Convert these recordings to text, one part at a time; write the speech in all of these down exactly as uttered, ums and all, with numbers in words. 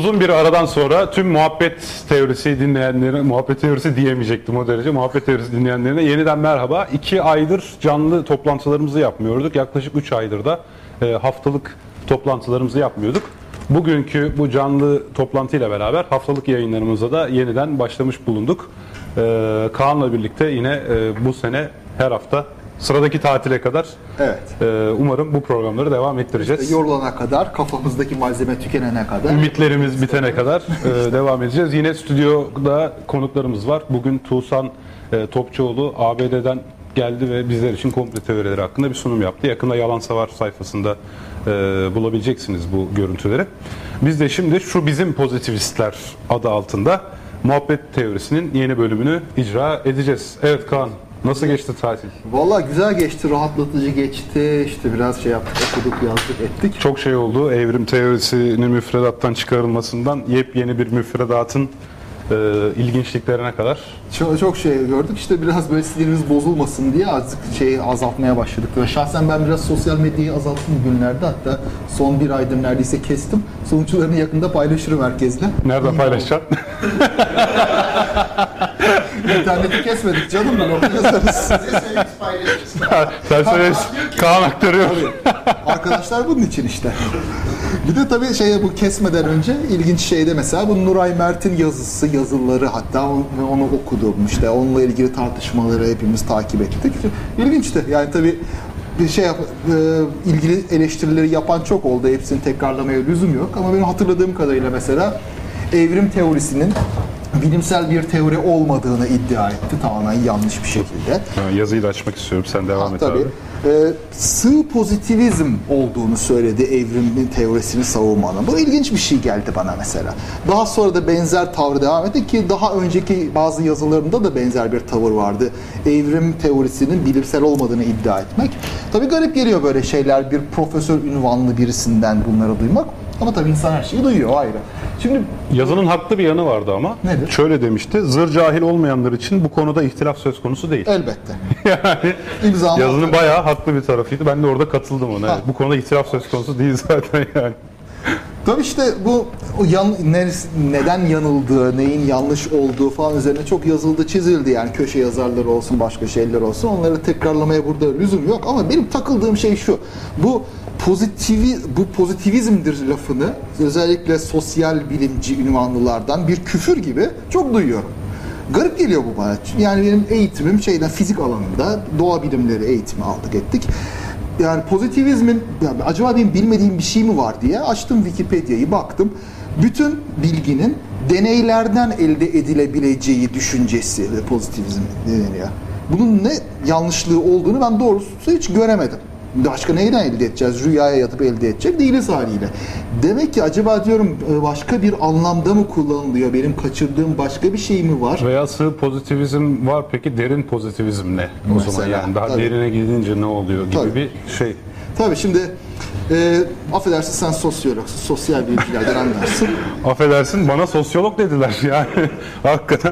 Uzun bir aradan sonra tüm muhabbet teorisi dinleyenlere, muhabbet teorisi diyemeyecektim o derece, muhabbet teorisi dinleyenlerine yeniden merhaba. İki aydır canlı toplantılarımızı yapmıyorduk. Yaklaşık üç aydır da e, haftalık toplantılarımızı yapmıyorduk. Bugünkü bu canlı toplantıyla beraber haftalık yayınlarımıza da yeniden başlamış bulunduk. E, Kaan'la birlikte yine e, bu sene her hafta sıradaki tatile kadar evet. e, umarım bu programları devam ettireceğiz. İşte yorulana kadar, kafamızdaki malzeme tükenene kadar. Ümitlerimiz bitene kadar e, devam edeceğiz. Yine stüdyoda konuklarımız var. Bugün Tuğsan e, Topçuoğlu A B D'den geldi ve bizler için komple teorileri hakkında bir sunum yaptı. Yakında Yalan Savar sayfasında e, bulabileceksiniz bu görüntüleri. Biz de şimdi şu bizim pozitivistler adı altında muhabbet teorisinin yeni bölümünü icra edeceğiz. Evet Kaan. Nasıl geçti tatil? Vallahi güzel geçti, rahatlatıcı geçti. İşte biraz şey yaptık, okuduk, yazdık, ettik. Çok şey oldu. Evrim teorisinin müfredattan çıkarılmasından yepyeni bir müfredatın e, ilginçliklerine kadar. Çok, çok şey gördük. İşte biraz böyle sinirimiz bozulmasın diye azıcık şeyi azaltmaya başladık. Ve şahsen ben biraz sosyal medyayı azalttım bugünlerde. Hatta son bir aydır neredeyse kestim. Sonuçlarını yakında paylaşırım herkesle. Nerede paylaşacaksın? İnterneti kesmedik canım, ben orada yazarız. Sen söyle, Kaan aktarıyor. Arkadaşlar bunun için işte. Bir de tabii şeye bu kesmeden önce ilginç şeyde mesela bu Nuray Mert'in yazısı, yazıları, hatta onu, onu okudum işte, onunla ilgili tartışmaları hepimiz takip ettik. İlginçti yani tabii bir şey yap, e, ilgili eleştirileri yapan çok oldu, hepsini tekrarlamaya lüzum yok ama benim hatırladığım kadarıyla mesela evrim teorisinin bilimsel bir teori olmadığını iddia etti, tamamen yanlış bir şekilde. Ha, yazıyı da açmak istiyorum, sen devam ha, et tabii. abi. Ee, sığ pozitivizm olduğunu söyledi evrimin teorisini savunmanın. Bu ilginç bir şey geldi bana mesela. Daha sonra da benzer tavrı devam etti ki daha önceki bazı yazılarında da benzer bir tavır vardı. Evrim teorisinin bilimsel olmadığını iddia etmek. Tabii garip geliyor böyle şeyler, bir profesör ünvanlı birisinden bunları duymak. Ama tabii insan her şeyi duyuyor, ayrı. Şimdi yazının haklı bir yanı vardı ama. Nedir? Şöyle demişti. Zır cahil olmayanlar için bu konuda ihtilaf söz konusu değil. Elbette. Yani İmzamı yazının atıyor. bayağı haklı bir tarafıydı. Ben de orada katıldım ona. Evet, bu konuda ihtilaf söz konusu değil zaten yani. Tabii işte bu o yan, neresi, neden yanıldığı, neyin yanlış olduğu falan üzerine çok yazıldı, çizildi yani köşe yazarları olsun, başka şeyler olsun. Onları tekrarlamaya burada lüzum yok ama benim takıldığım şey şu. Bu pozitivi, bu pozitivizmdir lafını özellikle sosyal bilimci ünvanlılardan bir küfür gibi çok duyuyorum. Garip geliyor bu bana. Yani benim eğitimim şeyden, fizik alanında doğa bilimleri eğitimi aldık ettik. Yani pozitivizmin, yani acaba benim bilmediğim bir şey mi var diye açtım Wikipedia'yı, baktım. Bütün bilginin deneylerden elde edilebileceği düşüncesi ve pozitivizm deniyor. Bunun ne yanlışlığı olduğunu ben doğrusu hiç göremedim. Başka neyden elde edeceğiz? Rüyaya yatıp elde edecek değiliz haliyle. Demek ki acaba diyorum başka bir anlamda mı kullanılıyor? Benim kaçırdığım başka bir şey mi var? Veya sığ pozitivizm var, peki derin pozitivizm ne? O Mesela, zaman yani daha tabii. derine gidince ne oluyor gibi Tabii. bir şey. Tabii şimdi e, affedersin, sen sosyologsun, sosyal bilimcilerden anlarsın. Affedersin, bana sosyolog dediler yani. Hakikaten.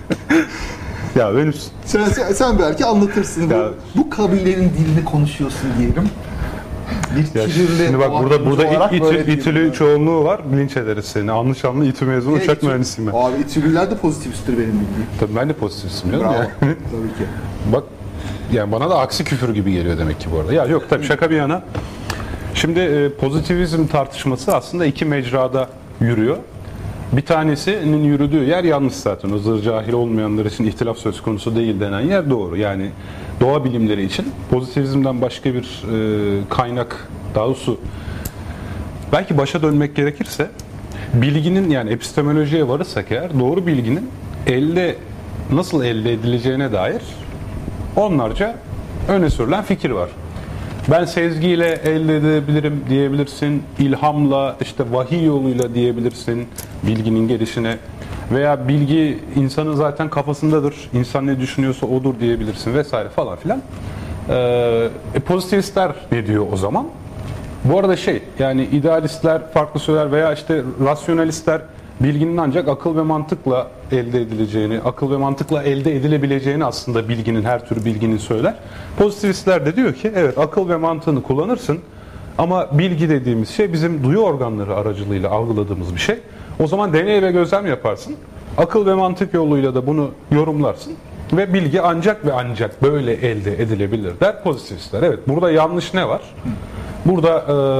Ya benim... Sen, sen, sen belki anlatırsın. Ya, bu, bu kabilenin dilini konuşuyorsun diyelim. Bir ya kibirli, şimdi bak burada burada it, it, böyle itülü çoğunluğu var. Bilinç ederiz seni. Anlı şanlı İTÜ mezunu Evet, uçak İTÜ, mühendisiyim ben. Abi İTÜ'lüler de pozitivisttir benim bildiğim. Tabii ben de pozitifistim diyorum Bravo. ya. Tabii ki. Bak yani bana da aksi küfür gibi geliyor demek ki bu arada. Ya yok tabii şaka bir yana. Şimdi e, pozitivizm tartışması aslında iki mecrada yürüyor. Bir tanesinin yürüdüğü yer yanlış zaten. O zır cahil olmayanlar için ihtilaf söz konusu değil denen yer doğru. Yani doğa bilimleri için pozitivizmden başka bir e, kaynak, daha doğrusu belki başa dönmek gerekirse bilginin, yani epistemolojiye varırsak eğer, doğru bilginin elde nasıl elde edileceğine dair onlarca öne sürülen fikir var. Ben sezgiyle elde edebilirim diyebilirsin, ilhamla, işte vahiy yoluyla diyebilirsin bilginin gelişine, veya bilgi insanın zaten kafasındadır, insan ne düşünüyorsa odur diyebilirsin vesaire falan filan. Ee, e, pozitivistler ne diyor o zaman? Bu arada şey, yani idealistler farklı söyler veya işte rasyonalistler bilginin ancak akıl ve mantıkla elde edileceğini, akıl ve mantıkla elde edilebileceğini aslında bilginin, her tür bilginin söyler. Pozitivistler de diyor ki evet, akıl ve mantığını kullanırsın Ama bilgi dediğimiz şey bizim duyu organları aracılığıyla algıladığımız bir şey. O zaman deney ve gözlem yaparsın. Akıl ve mantık yoluyla da bunu yorumlarsın. Ve bilgi ancak ve ancak böyle elde edilebilir der pozitivistler. Evet, burada yanlış ne var? Burada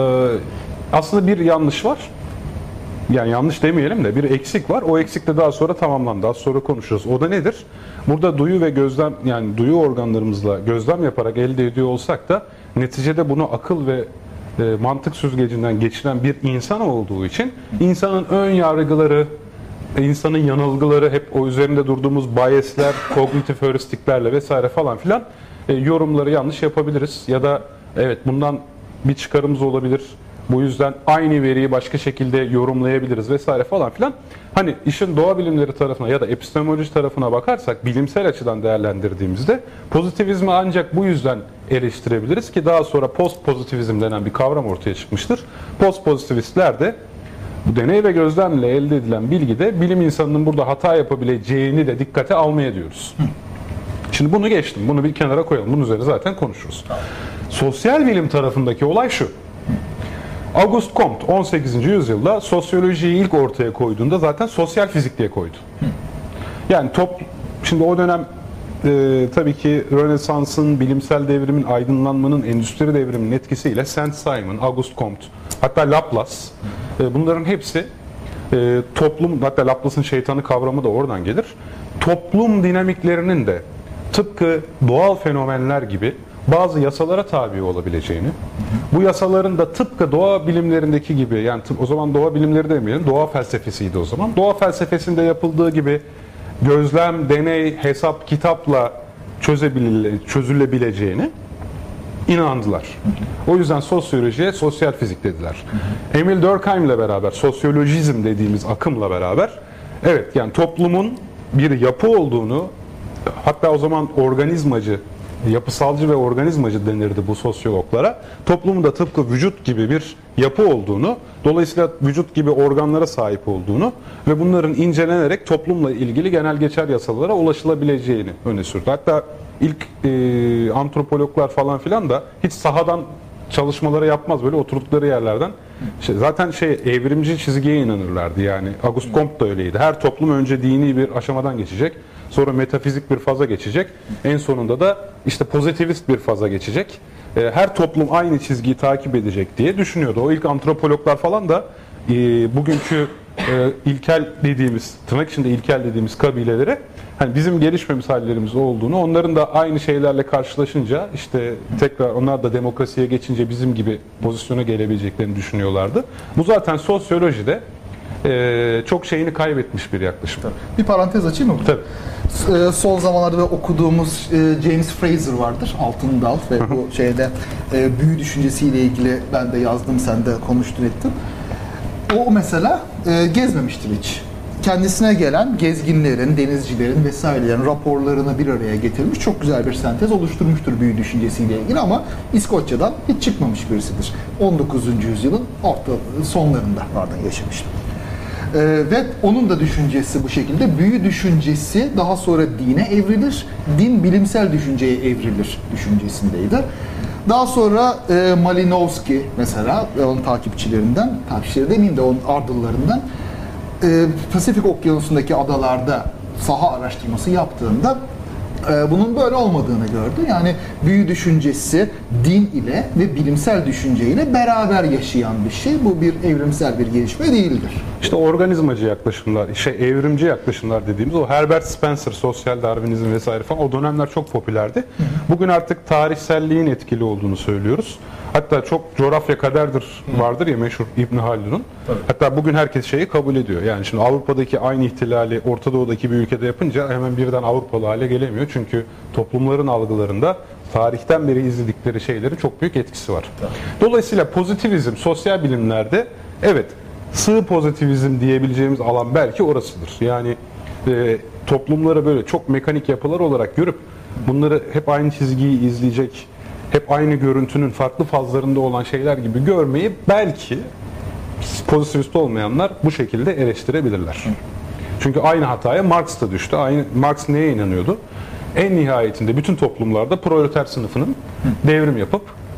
e, aslında bir yanlış var. Yani yanlış demeyelim de bir eksik var. O eksik de daha sonra tamamlandı. Az sonra konuşuruz. O da nedir? Burada duyu ve gözlem, yani duyu organlarımızla gözlem yaparak elde ediyor olsak da neticede bunu akıl ve e, mantık süzgecinden geçiren bir insan olduğu için insanın ön yargıları, insanın yanılgıları, hep o üzerinde durduğumuz biasler, kognitif heuristiklerle vesaire falan filan e, yorumları yanlış yapabiliriz. Ya da evet bundan bir çıkarımız olabilir. Bu yüzden aynı veriyi başka şekilde yorumlayabiliriz vesaire falan filan. Hani işin doğa bilimleri tarafına ya da epistemoloji tarafına bakarsak, bilimsel açıdan değerlendirdiğimizde pozitivizmi ancak bu yüzden eleştirebiliriz ki daha sonra post pozitivizm denen bir kavram ortaya çıkmıştır. Post pozitivistler de bu deney ve gözlemle elde edilen bilgide bilim insanının burada hata yapabileceğini de dikkate almaya diyoruz. Şimdi bunu geçtim. Bunu bir kenara koyalım. Bunun üzerine zaten konuşuruz. Sosyal bilim tarafındaki olay şu. Auguste Comte on sekizinci yüzyılda sosyolojiyi ilk ortaya koyduğunda zaten sosyal fizik diye koydu. Yani top, şimdi o dönem e, tabii ki Rönesans'ın, bilimsel devrimin, aydınlanmanın, endüstri devriminin etkisiyle Saint-Simon, Auguste Comte, hatta Laplace, e, bunların hepsi e, toplum, hatta Laplace'ın şeytanı kavramı da oradan gelir. Toplum dinamiklerinin de tıpkı doğal fenomenler gibi bazı yasalara tabi olabileceğini, bu yasaların da tıpkı doğa bilimlerindeki gibi, yani o zaman doğa bilimleri demeyelim, doğa felsefesiydi o zaman. Doğa felsefesinde yapıldığı gibi gözlem, deney, hesap, kitapla çözebile, çözülebileceğini inandılar. O yüzden sosyolojiye sosyal fizik dediler. Emil Durkheim ile beraber, sosyolojizm dediğimiz akımla beraber, evet yani toplumun bir yapı olduğunu, hatta o zaman organizmacı, yapısalcı ve organizmacı denirdi bu sosyologlara. Toplumun da tıpkı vücut gibi bir yapı olduğunu, dolayısıyla vücut gibi organlara sahip olduğunu ve bunların incelenerek toplumla ilgili genel geçer yasalara ulaşılabileceğini öne sürdü. Hatta ilk e, antropologlar falan filan da hiç sahadan çalışmaları yapmaz, böyle oturdukları yerlerden. Şey, zaten şey evrimci çizgiye inanırlardı yani. Auguste Comte da öyleydi. Her toplum önce dini bir aşamadan geçecek. Sonra metafizik bir faza geçecek. En sonunda da işte pozitivist bir faza geçecek. Her toplum aynı çizgiyi takip edecek diye düşünüyordu. O ilk antropologlar falan da e, bugünkü e, ilkel dediğimiz, tırnak içinde ilkel dediğimiz kabilelere hani bizim gelişmemiş hallerimiz olduğunu, onların da aynı şeylerle karşılaşınca işte tekrar onlar da demokrasiye geçince bizim gibi pozisyona gelebileceklerini düşünüyorlardı. Bu zaten sosyolojide e, çok şeyini kaybetmiş bir yaklaşım. Tabii. Bir parantez açayım mı? Tabii. Ee, son zamanlarda okuduğumuz e, James Fraser vardır, Altın Dal ve bu şeyde e, büyü düşüncesiyle ilgili ben de yazdım, sen de konuştun ettin. O mesela e, gezmemiştir hiç. Kendisine gelen gezginlerin, denizcilerin vesairelerin raporlarını bir araya getirmiş, çok güzel bir sentez oluşturmuştur büyü düşüncesiyle ilgili ama İskoçya'dan hiç çıkmamış birisidir. on dokuzuncu yüzyılın orta sonlarında pardon yaşamış. Ee, ve onun da düşüncesi bu şekilde. Büyü düşüncesi daha sonra dine evrilir, din bilimsel düşünceye evrilir düşüncesindeydi. Daha sonra e, Malinowski mesela, onun takipçilerinden, takipçileri demeyeyim de onun ardıllarından, e, Pasifik Okyanusu'ndaki adalarda saha araştırması yaptığında e, bunun böyle olmadığını gördü. Yani büyü düşüncesi din ile ve bilimsel düşünce ile beraber yaşayan bir şey. Bu bir evrimsel bir gelişme değildir. İşte organizmacı yaklaşımlar, şey evrimci yaklaşımlar dediğimiz o Herbert Spencer, sosyal Darwinizm vesaire falan o dönemler çok popülerdi. Hı hı. Bugün artık tarihselliğin etkili olduğunu söylüyoruz. Hatta çok coğrafya kaderdir vardır ya meşhur İbn Haldun'un. Hatta bugün herkes şeyi kabul ediyor. Yani şimdi Avrupa'daki aynı ihtilali Orta Doğu'daki bir ülkede yapınca hemen birden Avrupalı hale gelemiyor. Çünkü toplumların algılarında tarihten beri izledikleri şeylerin çok büyük etkisi var. Dolayısıyla pozitivizm sosyal bilimlerde evet sığ pozitivizm diyebileceğimiz alan belki orasıdır. Yani e, toplumları böyle çok mekanik yapılar olarak görüp bunları hep aynı çizgiyi izleyecek, hep aynı görüntünün farklı fazlarında olan şeyler gibi görmeyi belki pozitivist olmayanlar bu şekilde eleştirebilirler. Çünkü aynı hataya Marx da düştü. Aynı, Marx neye inanıyordu? En nihayetinde bütün toplumlarda proleter sınıfının devrim yapıp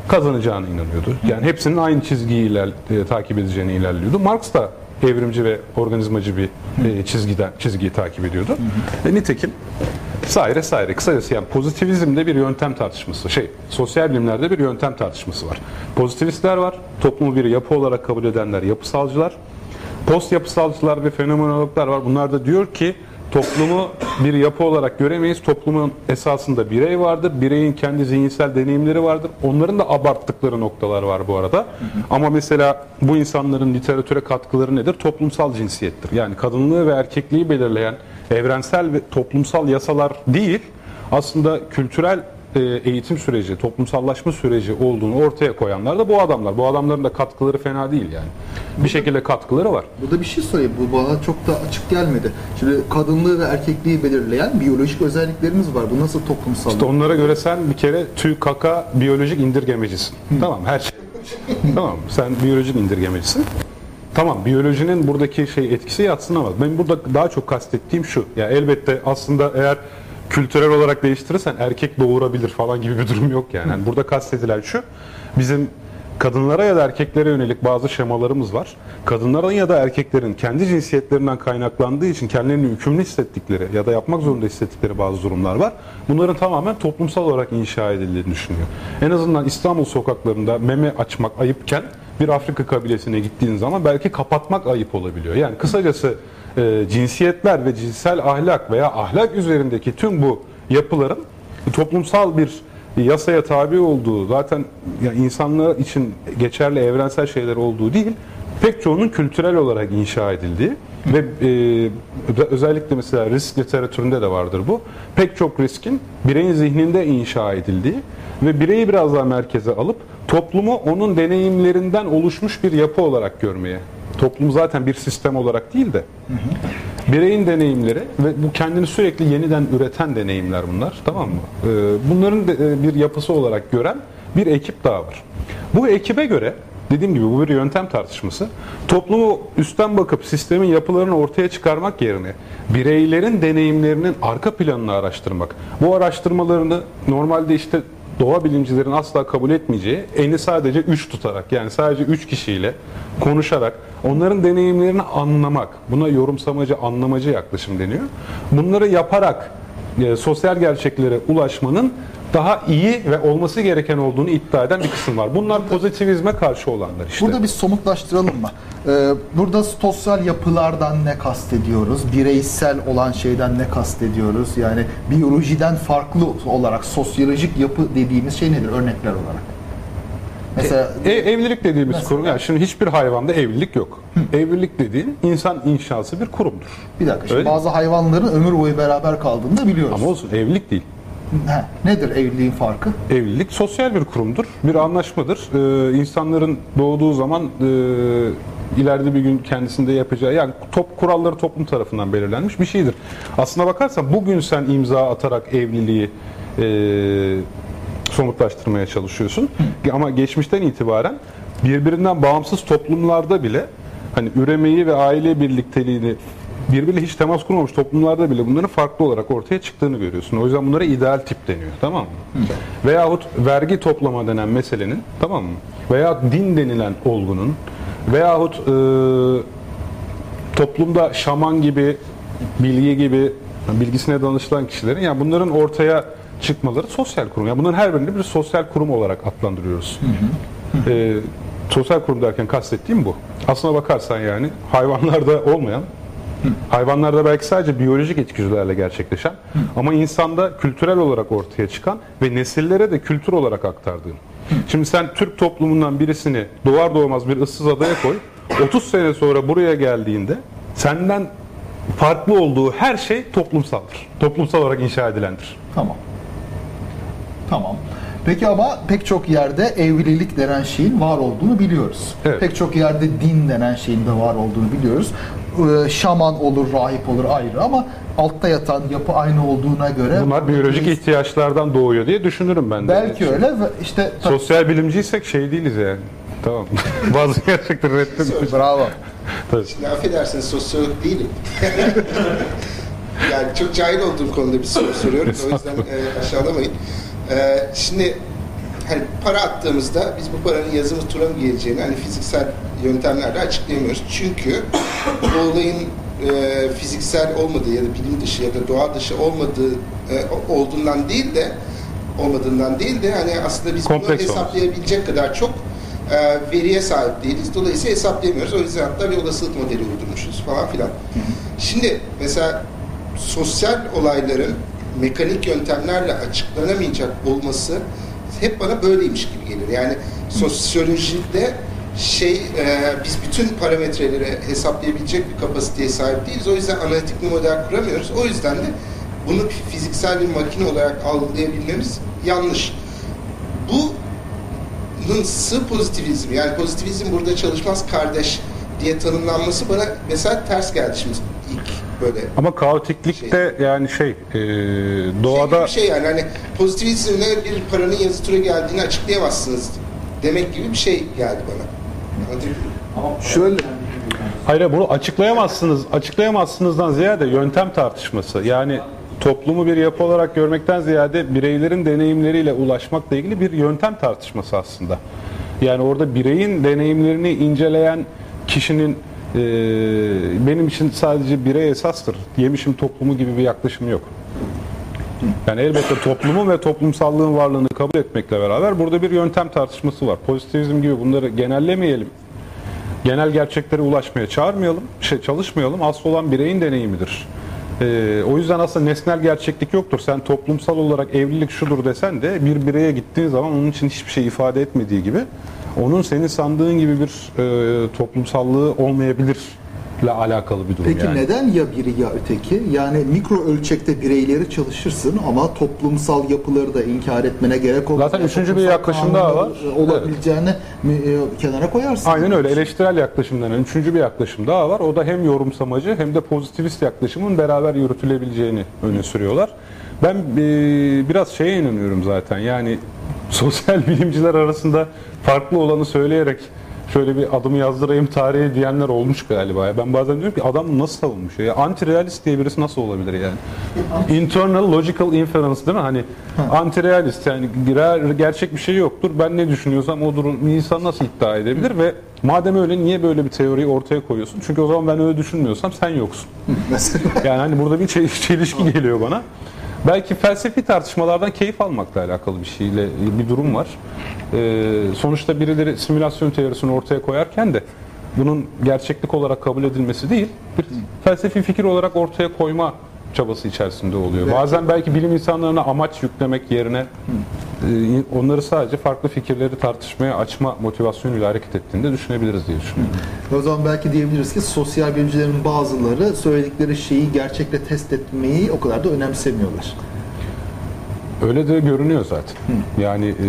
kazanacağına inanıyordu. Yani hepsinin aynı çizgiyi iler, e, takip edeceğini ilerliyordu. Marx da evrimci ve organizmacı bir e, çizgiden çizgiyi takip ediyordu. E, nitekim saire saire. Kısacası yani pozitivizmde bir yöntem tartışması, şey, sosyal bilimlerde bir yöntem tartışması var. Pozitivistler var, toplumu bir yapı olarak kabul edenler yapısalcılar. Post yapısalcılar ve fenomenologlar var. Bunlar da diyor ki toplumu bir yapı olarak göremeyiz. Toplumun esasında birey vardır. Bireyin kendi zihinsel deneyimleri vardır. Onların da abarttıkları noktalar var bu arada. Hı hı. Ama mesela bu insanların literatüre katkıları nedir? Toplumsal cinsiyettir. Yani kadınlığı ve erkekliği belirleyen evrensel ve toplumsal yasalar değil, aslında kültürel eğitim süreci, toplumsallaşma süreci olduğunu ortaya koyanlar da bu adamlar. Bu adamların da katkıları fena değil yani. Bir şekilde katkıları var. Burada bir şey sorayım. Bu bana çok da açık gelmedi. Şimdi kadınlığı ve erkekliği belirleyen biyolojik özelliklerimiz var. Bu nasıl toplumsal? İşte onlara göre sen bir kere tüy, kaka, biyolojik indirgemecisin. Hı. Tamam, her şey. Tamam, sen biyolojik indirgemecisin. Tamam, biyolojinin buradaki şey etkisi yadsınamaz. Ben burada daha çok kastettiğim şu. Ya elbette aslında eğer kültürel olarak değiştirirsen erkek doğurabilir falan gibi bir durum yok yani. Yani burada kastedilen şu, bizim kadınlara ya da erkeklere yönelik bazı şemalarımız var. Kadınların ya da erkeklerin kendi cinsiyetlerinden kaynaklandığı için kendilerini yükümlü hissettikleri ya da yapmak zorunda hissettikleri bazı durumlar var. Bunların tamamen toplumsal olarak inşa edildiğini düşünüyor. En azından İstanbul sokaklarında meme açmak ayıpken bir Afrika kabilesine gittiğin zaman belki kapatmak ayıp olabiliyor. Yani kısacası e, cinsiyetler ve cinsel ahlak veya ahlak üzerindeki tüm bu yapıların toplumsal bir yasaya tabi olduğu, zaten yani insanlar için geçerli evrensel şeyler olduğu değil, pek çoğunun kültürel olarak inşa edildiği ve e, özellikle mesela risk literatüründe de vardır bu. Pek çok riskin bireyin zihninde inşa edildiği ve bireyi biraz daha merkeze alıp toplumu onun deneyimlerinden oluşmuş bir yapı olarak görmeye. Toplum zaten bir sistem olarak değil de bireyin deneyimleri ve bu kendini sürekli yeniden üreten deneyimler bunlar, tamam mı? Ee, bunların de, bir yapısı olarak gören bir ekip daha var. Bu ekibe göre dediğim gibi bu bir yöntem tartışması. Toplumu üstten bakıp sistemin yapılarını ortaya çıkarmak yerine bireylerin deneyimlerinin arka planını araştırmak. Bu araştırmalarını normalde işte doğa bilimcilerin asla kabul etmeyeceği, eni sadece üç tutarak, yani sadece üç kişiyle konuşarak onların deneyimlerini anlamak, buna yorumsamacı, anlamacı yaklaşım deniyor. Bunları yaparak e, sosyal gerçeklere ulaşmanın daha iyi ve olması gereken olduğunu iddia eden bir kısım var. Bunlar pozitivizme karşı olanlar işte. Burada bir somutlaştıralım mı? Ee, burada sosyal yapılardan ne kastediyoruz? Bireysel olan şeyden ne kastediyoruz? Yani biyolojiden farklı olarak sosyolojik yapı dediğimiz şey nedir örnekler olarak? Mesela e, evlilik dediğimiz mesela, kurum, yani şimdi hiçbir hayvanda evlilik yok. Hı. Evlilik dediğin insan inşası bir kurumdur. Bir dakika, şimdi bazı hayvanların ömür boyu beraber kaldığını da biliyoruz. Ama olsun, evlilik değil. He, nedir evliliğin farkı? Evlilik sosyal bir kurumdur, bir anlaşmadır. Ee, insanların doğduğu zaman e, ileride bir gün kendisinde yapacağı, yani top kuralları toplum tarafından belirlenmiş bir şeydir. Aslına bakarsan bugün sen imza atarak evliliği e, somutlaştırmaya çalışıyorsun. Hı. Ama geçmişten itibaren birbirinden bağımsız toplumlarda bile hani üremeyi ve aile birlikteliğini birbiriyle hiç temas kurmamış toplumlarda bile bunların farklı olarak ortaya çıktığını görüyorsun. O yüzden bunlara ideal tip deniyor, tamam mı? Hı. Veyahut vergi toplama denen meselenin, tamam mı? Veya din denilen olgunun veyahut e, toplumda şaman gibi, bilgi gibi, bilgisine danışılan kişilerin, yani bunların ortaya çıkmaları sosyal kurum. Yani bunların her birini bir sosyal kurum olarak adlandırıyoruz. Hı hı. Hı. E, sosyal kurum derken kastettiğim bu. Aslına bakarsan yani hayvanlarda olmayan, Hı. hayvanlarda belki sadece biyolojik içgüdülerle gerçekleşen Hı. ama insanda kültürel olarak ortaya çıkan ve nesillere de kültür olarak aktardığın. Hı. Şimdi sen Türk toplumundan birisini doğar doğmaz bir ıssız adaya koy, otuz sene sonra buraya geldiğinde senden farklı olduğu her şey toplumsaldır. Toplumsal olarak inşa edilendir. Tamam. Tamam. Peki ama pek çok yerde evlilik denen şeyin var olduğunu biliyoruz. Evet. Pek çok yerde din denen şeyin de var olduğunu biliyoruz. Ee, şaman olur, rahip olur ayrı ama altta yatan yapı aynı olduğuna göre... Bunlar biyolojik biz, ihtiyaçlardan doğuyor diye düşünürüm ben de. Belki öyle ve işte... Sosyal bilimciysek şey değiliz yani. Tamam. Bazı gerçekleri reddediyoruz. Bravo. Şimdi affedersiniz, sosyolog değilim. Yani çok cahil olduğum konuda bir soru soruyorum. O yüzden e, aşağılamayın. Ee, şimdi hani para attığımızda biz bu paranın yazı mı tura mı geleceğini hani fiziksel yöntemlerle açıklayamıyoruz. Çünkü bu olayın e, fiziksel olmadığı ya da bilim dışı ya da doğa dışı olmadığı e, olduğundan değil de olmadığından değil de hani aslında biz kompleks bunu hesaplayabilecek olmuş. kadar çok e, veriye sahip değiliz. Dolayısıyla hesaplayamıyoruz. O yüzden hatta bir olasılık modeli uydurmuşuz falan filan. Şimdi mesela sosyal olayların mekanik yöntemlerle açıklanamayacak olması hep bana böyleymiş gibi gelir. Yani sosyolojide şey e, biz bütün parametreleri hesaplayabilecek bir kapasiteye sahip değiliz. O yüzden analitik bir model kuramıyoruz. O yüzden de bunu fiziksel bir makine olarak algılayabilmemiz yanlış. Bunun sığ pozitivizm, yani pozitivizm burada çalışmaz kardeş diye tanımlanması bana mesela ters geldi şimdi ilk böyle. Ama kaotiklikte şey. yani şey e, doğada şey, şey yani hani pozitivizmle bir paranın yazı tura geldiğini açıklayamazsınız demek gibi bir şey geldi bana. Anladın mı? Ama şöyle hayır bunu açıklayamazsınız. Açıklayamazsınızdan ziyade yöntem tartışması. Yani toplumu bir yapı olarak görmekten ziyade bireylerin deneyimleriyle ulaşmakla ilgili bir yöntem tartışması aslında. Yani orada bireyin deneyimlerini inceleyen kişinin e, benim için sadece birey esastır, yemişim toplumu gibi bir yaklaşım yok. Yani elbette toplumun ve toplumsallığın varlığını kabul etmekle beraber burada bir yöntem tartışması var. Pozitivizm gibi bunları genellemeyelim. Genel gerçeklere ulaşmaya çağırmayalım, şey çalışmayalım. Asıl olan bireyin deneyimidir. Ee, o yüzden aslında nesnel gerçeklik yoktur. Sen toplumsal olarak evlilik şudur desen de bir bireye gittiğin zaman onun için hiçbir şey ifade etmediği gibi onun senin sandığın gibi bir e, toplumsallığı olmayabilir ile alakalı bir durum. Peki yani. neden ya biri ya öteki? Yani mikro ölçekte bireyleri çalışırsın ama toplumsal yapıları da inkar etmene gerek olmaz. Zaten üçüncü bir yaklaşım daha var. Olabileceğini evet. kenara koyarsın. Aynen öyle. Eleştirel yaklaşımdan üçüncü bir yaklaşım daha var. O da hem yorumsamacı hem de pozitivist yaklaşımın beraber yürütülebileceğini öne sürüyorlar. Ben e, biraz şeye inanıyorum zaten. Yani sosyal bilimciler arasında farklı olanı söyleyerek şöyle bir adımı yazdırayım tarihe diyenler olmuş galiba. Ya. Ben bazen diyorum ki adam nasıl savunmuş ya? Anti-realist diye birisi nasıl olabilir yani? Internal logical inference değil mi? Hani anti-realist yani gerçek bir şey yoktur. Ben ne düşünüyorsam odur. İnsan nasıl iddia edebilir ve madem öyle niye böyle bir teoriyi ortaya koyuyorsun? Çünkü o zaman ben öyle düşünmüyorsam sen yoksun. Yani hani burada bir çelişki geliyor bana. Belki felsefi tartışmalardan keyif almakla alakalı bir şeyle bir durum var. Ee, sonuçta birileri simülasyon teorisini ortaya koyarken de bunun gerçeklik olarak kabul edilmesi değil, bir felsefi fikir olarak ortaya koyma çabası içerisinde oluyor. Belki. Bazen belki bilim insanlarına amaç yüklemek yerine e, onları sadece farklı fikirleri tartışmaya açma motivasyonuyla hareket ettiğini de düşünebiliriz diye düşünüyorum. O zaman belki diyebiliriz ki sosyal bilimcilerin bazıları söyledikleri şeyi gerçekle test etmeyi o kadar da önemsemiyorlar. Öyle de görünüyor zaten. Hı. Yani e,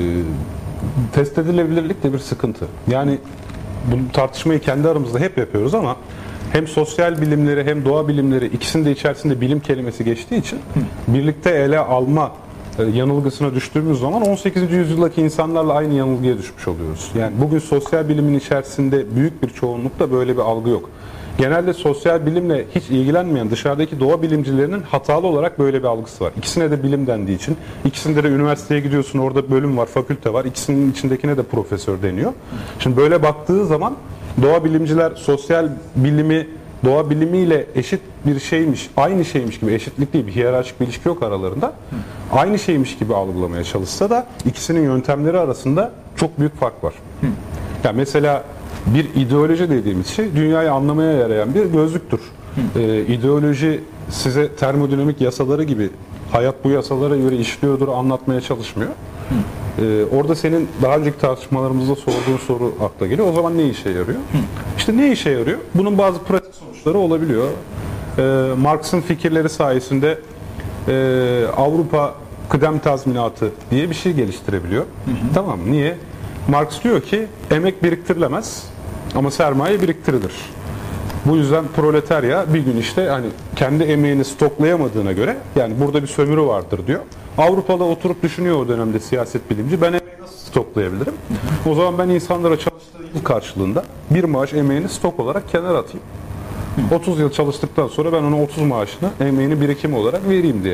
test edilebilirlik de bir sıkıntı. Yani bu tartışmayı kendi aramızda hep yapıyoruz ama hem sosyal bilimleri hem doğa bilimleri ikisinin de içerisinde bilim kelimesi geçtiği için Hı. birlikte ele alma e, yanılgısına düştüğümüz zaman on sekizinci yüzyıldaki insanlarla aynı yanılgıya düşmüş oluyoruz. Yani bugün sosyal bilimin içerisinde büyük bir çoğunlukta böyle bir algı yok. Genelde sosyal bilimle hiç ilgilenmeyen dışarıdaki doğa bilimcilerinin hatalı olarak böyle bir algısı var. İkisine de bilim dendiği için, ikisinde de üniversiteye gidiyorsun, orada bölüm var, fakülte var, ikisinin içindekine de profesör deniyor. Şimdi böyle baktığı zaman doğa bilimciler sosyal bilimi doğa bilimiyle eşit bir şeymiş, aynı şeymiş gibi, eşitlik değil, bir hiyerarşik bir ilişki yok aralarında. Aynı şeymiş gibi algılamaya çalışsa da ikisinin yöntemleri arasında çok büyük fark var. Yani mesela bir ideoloji dediğimiz şey dünyayı anlamaya yarayan bir gözlüktür. Ee, ideoloji size termodinamik yasaları gibi hayat bu yasalara göre işliyordur anlatmaya çalışmıyor. Ee, orada senin daha önceki tartışmalarımızda sorduğun soru akla geliyor. O zaman ne işe yarıyor? İşte ne işe yarıyor? Bunun bazı pratik sonuçları olabiliyor. Ee, Marx'ın fikirleri sayesinde e, Avrupa kıdem tazminatı diye bir şey geliştirebiliyor. Hı hı. Tamam mı? Niye? Marx diyor ki emek biriktirilemez ama sermaye biriktirilir. Bu yüzden proletarya bir gün işte hani kendi emeğini stoklayamadığına göre yani burada bir sömürü vardır diyor. Avrupalı oturup düşünüyor o dönemde siyaset bilimci. Ben emeği nasıl stoklayabilirim? O zaman ben insanlara çalıştığı yıl karşılığında bir maaş emeğini stok olarak kenara atayım. otuz yıl çalıştıktan sonra ben ona otuz maaşını emeğini birikim olarak vereyim diye.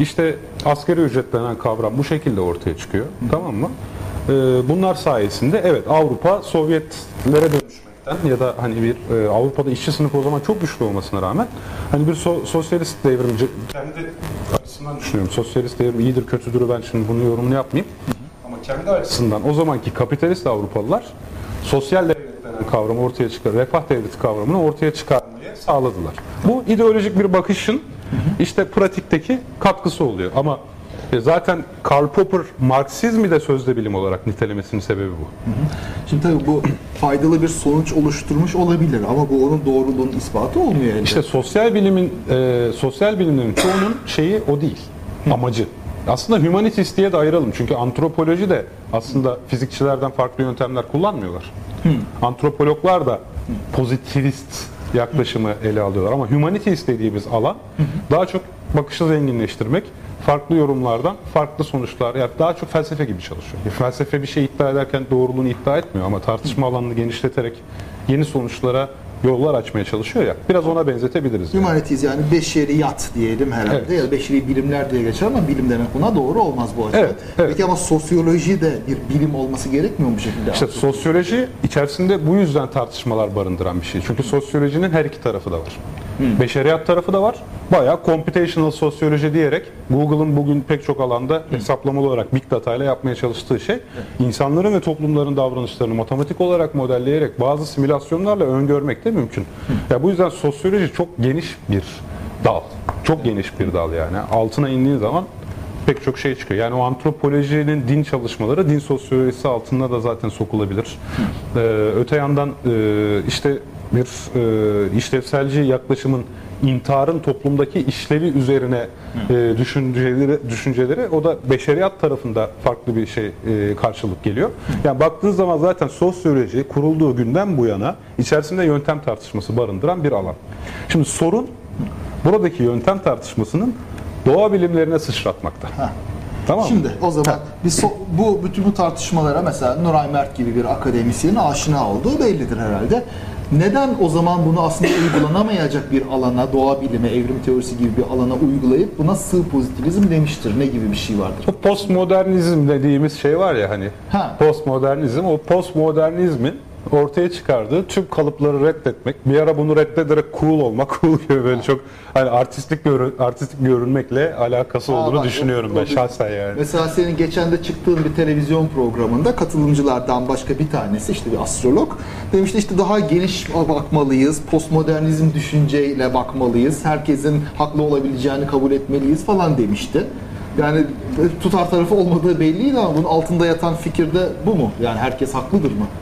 İşte asgari ücret denen kavram bu şekilde ortaya çıkıyor. Hı. Tamam mı? Ee, bunlar sayesinde evet Avrupa Sovyetlere dönüşmekten ya da hani bir e, Avrupa'da işçi sınıfı o zaman çok güçlü olmasına rağmen hani bir so- sosyalist devrimci kendi açısından düşünüyorum. Sosyalist devrim iyidir kötüdür ben şimdi bunu yorumunu yapmayayım. Hı. Ama kendi açısından o zamanki kapitalist Avrupalılar sosyal devlet denen kavramı ortaya çıkar, refah devleti kavramını ortaya çıkarmayı sağladılar. Bu ideolojik bir bakışın işte pratikteki katkısı oluyor. Ama zaten Karl Popper Marksizmi de sözde bilim olarak nitelemesinin sebebi bu. Şimdi tabii bu faydalı bir sonuç oluşturmuş olabilir ama bu onun doğruluğunun ispatı olmuyor elde. İşte sosyal bilimin, e, sosyal bilimlerin çoğunun şeyi o değil, amacı. Aslında humanities diye de ayıralım. Çünkü antropoloji de aslında fizikçilerden farklı yöntemler kullanmıyorlar. Hı. Antropologlar da pozitivist yaklaşımı ele alıyorlar. Ama humanities dediğimiz alan hı hı. daha çok bakışı zenginleştirmek, farklı yorumlardan farklı sonuçlar, yani daha çok felsefe gibi çalışıyor. Yani felsefe bir şey iddia ederken doğruluğunu iddia etmiyor ama tartışma alanını genişleterek yeni sonuçlara yollar açmaya çalışıyor ya. Biraz ona benzetebiliriz. Humanities yani, yani beşeriyat diyelim herhalde evet. ya da beşeri bilimler diye geçer ama bilim demek buna doğru olmaz bu açıdan. Evet, evet. Peki ama sosyoloji de bir bilim olması gerekmiyor mu bu şekilde? İşte sosyoloji içerisinde bu yüzden tartışmalar barındıran bir şey. Çünkü sosyolojinin her iki tarafı da var. Hmm. Beşeriyat tarafı da var. Bayağı computational sosyoloji diyerek Google'ın bugün pek çok alanda hmm. hesaplamalı olarak big data ile yapmaya çalıştığı şey hmm. insanların ve toplumların davranışlarını matematik olarak modelleyerek bazı simülasyonlarla öngörmek de mümkün. Hmm. Ya bu yüzden sosyoloji çok geniş bir dal. Çok geniş bir dal yani. Altına indiğin zaman pek çok şey çıkıyor. Yani o antropolojinin din çalışmaları din sosyolojisi altında da zaten sokulabilir. Hmm. Ee, öte yandan e, işte bir e, işlevselci yaklaşımın intiharın toplumdaki işlevi üzerine e, düşünceleri, düşünceleri o da beşeriyat tarafında farklı bir şey e, karşılık geliyor. Yani baktığınız zaman zaten sosyoloji kurulduğu günden bu yana içerisinde yöntem tartışması barındıran bir alan. Şimdi sorun buradaki yöntem tartışmasının doğa bilimlerine sıçratmakta. Heh. Tamam. Şimdi o zaman biz so- bu bütün bu tartışmalara mesela Nuray Mert gibi bir akademisyenin aşina olduğu bellidir herhalde. Neden o zaman bunu aslında uygulanamayacak bir alana, doğa bilimi, evrim teorisi gibi bir alana uygulayıp buna sığ pozitivizm demiştir? Ne gibi bir şey vardır? O postmodernizm dediğimiz şey var ya hani. Ha. Postmodernizm, o postmodernizmin ortaya çıkardığı tüm kalıpları reddetmek, bir ara bunu reddederek cool olmak, cool gibi böyle çok hani artistik görün, artistik görünmekle alakası Aa, olduğunu bak, düşünüyorum o, ben o, şahsen yani. Mesela senin geçen de çıktığın bir televizyon programında katılımcılardan başka bir tanesi işte bir astrolog demişti işte daha geniş bakmalıyız, postmodernizm düşünceyle bakmalıyız, herkesin haklı olabileceğini kabul etmeliyiz falan demişti. Yani tutar tarafı olmadığı belliydi ama bunun altında yatan fikir de bu mu? Yani herkes haklıdır mı?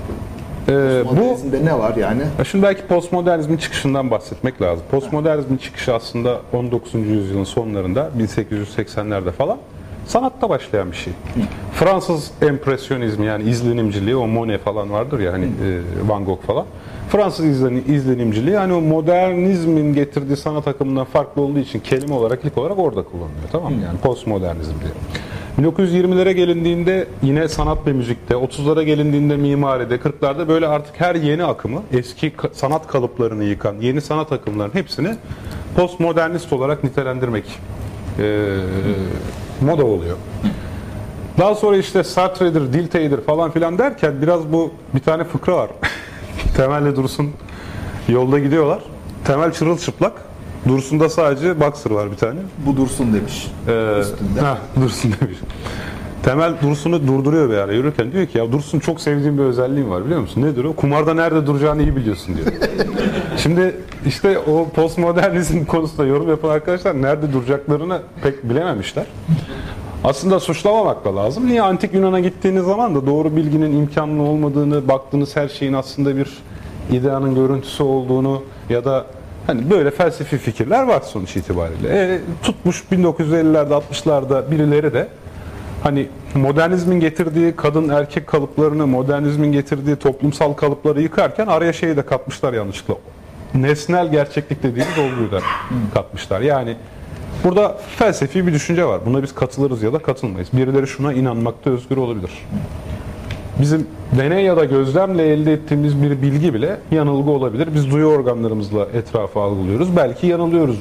Ee, bu ne var yani? Şimdi belki postmodernizmin çıkışından bahsetmek lazım. Postmodernizmin çıkışı aslında on dokuzuncu yüzyılın sonlarında bin sekiz yüz seksenlerde falan sanatta başlayan bir şey. Hı. Fransız empresyonizmi yani izlenimciliği, o Monet falan vardır ya hani e, Van Gogh falan. Fransız izlenim, izlenimciliği yani o modernizmin getirdiği sanat akımından farklı olduğu için kelime olarak ilk olarak orada kullanılıyor. Tamam mı? Yani postmodernizm diye. bin dokuz yüz yirmilere gelindiğinde yine sanat ve müzikte, otuzlara gelindiğinde mimaride, kırklarda böyle artık her yeni akımı, eski sanat kalıplarını yıkan yeni sanat akımlarının hepsini postmodernist olarak nitelendirmek e, moda oluyor. Daha sonra işte Sartre'dir, Dilthey'dir falan filan derken biraz bu bir tane fıkra var. Temel'le Dursun yolda gidiyorlar. Temel çırılçıplak. Dursun'da sadece boxer var bir tane. Bu Dursun demiş. Ee, heh, Dursun demiş. Temel Dursun'u durduruyor bir ara yürürken diyor ki ya Dursun çok sevdiğim bir özelliğim var biliyor musun? Nedir o? Kumarda nerede duracağını iyi biliyorsun diyor. Şimdi işte o postmodernizm konusunda yorum yapan arkadaşlar nerede duracaklarını pek bilememişler. Aslında suçlamamak da lazım. Niye antik Yunan'a gittiğiniz zaman da doğru bilginin imkanlı olmadığını, baktığınız her şeyin aslında bir ideanın görüntüsü olduğunu ya da hani böyle felsefi fikirler var sonuç itibariyle. E, tutmuş bin dokuz yüz ellilerde altmışlarda birileri de hani modernizmin getirdiği kadın erkek kalıplarını, modernizmin getirdiği toplumsal kalıpları yıkarken araya şeyi de katmışlar yanlışlıkla. Nesnel gerçeklik dediğimiz olguyu da katmışlar. Yani burada felsefi bir düşünce var. Buna biz katılırız ya da katılmayız. Birileri şuna inanmakta özgür olabilir. Bizim deney ya da gözlemle elde ettiğimiz bir bilgi bile yanılgı olabilir. Biz duyu organlarımızla etrafı algılıyoruz. Belki yanılıyoruzdur.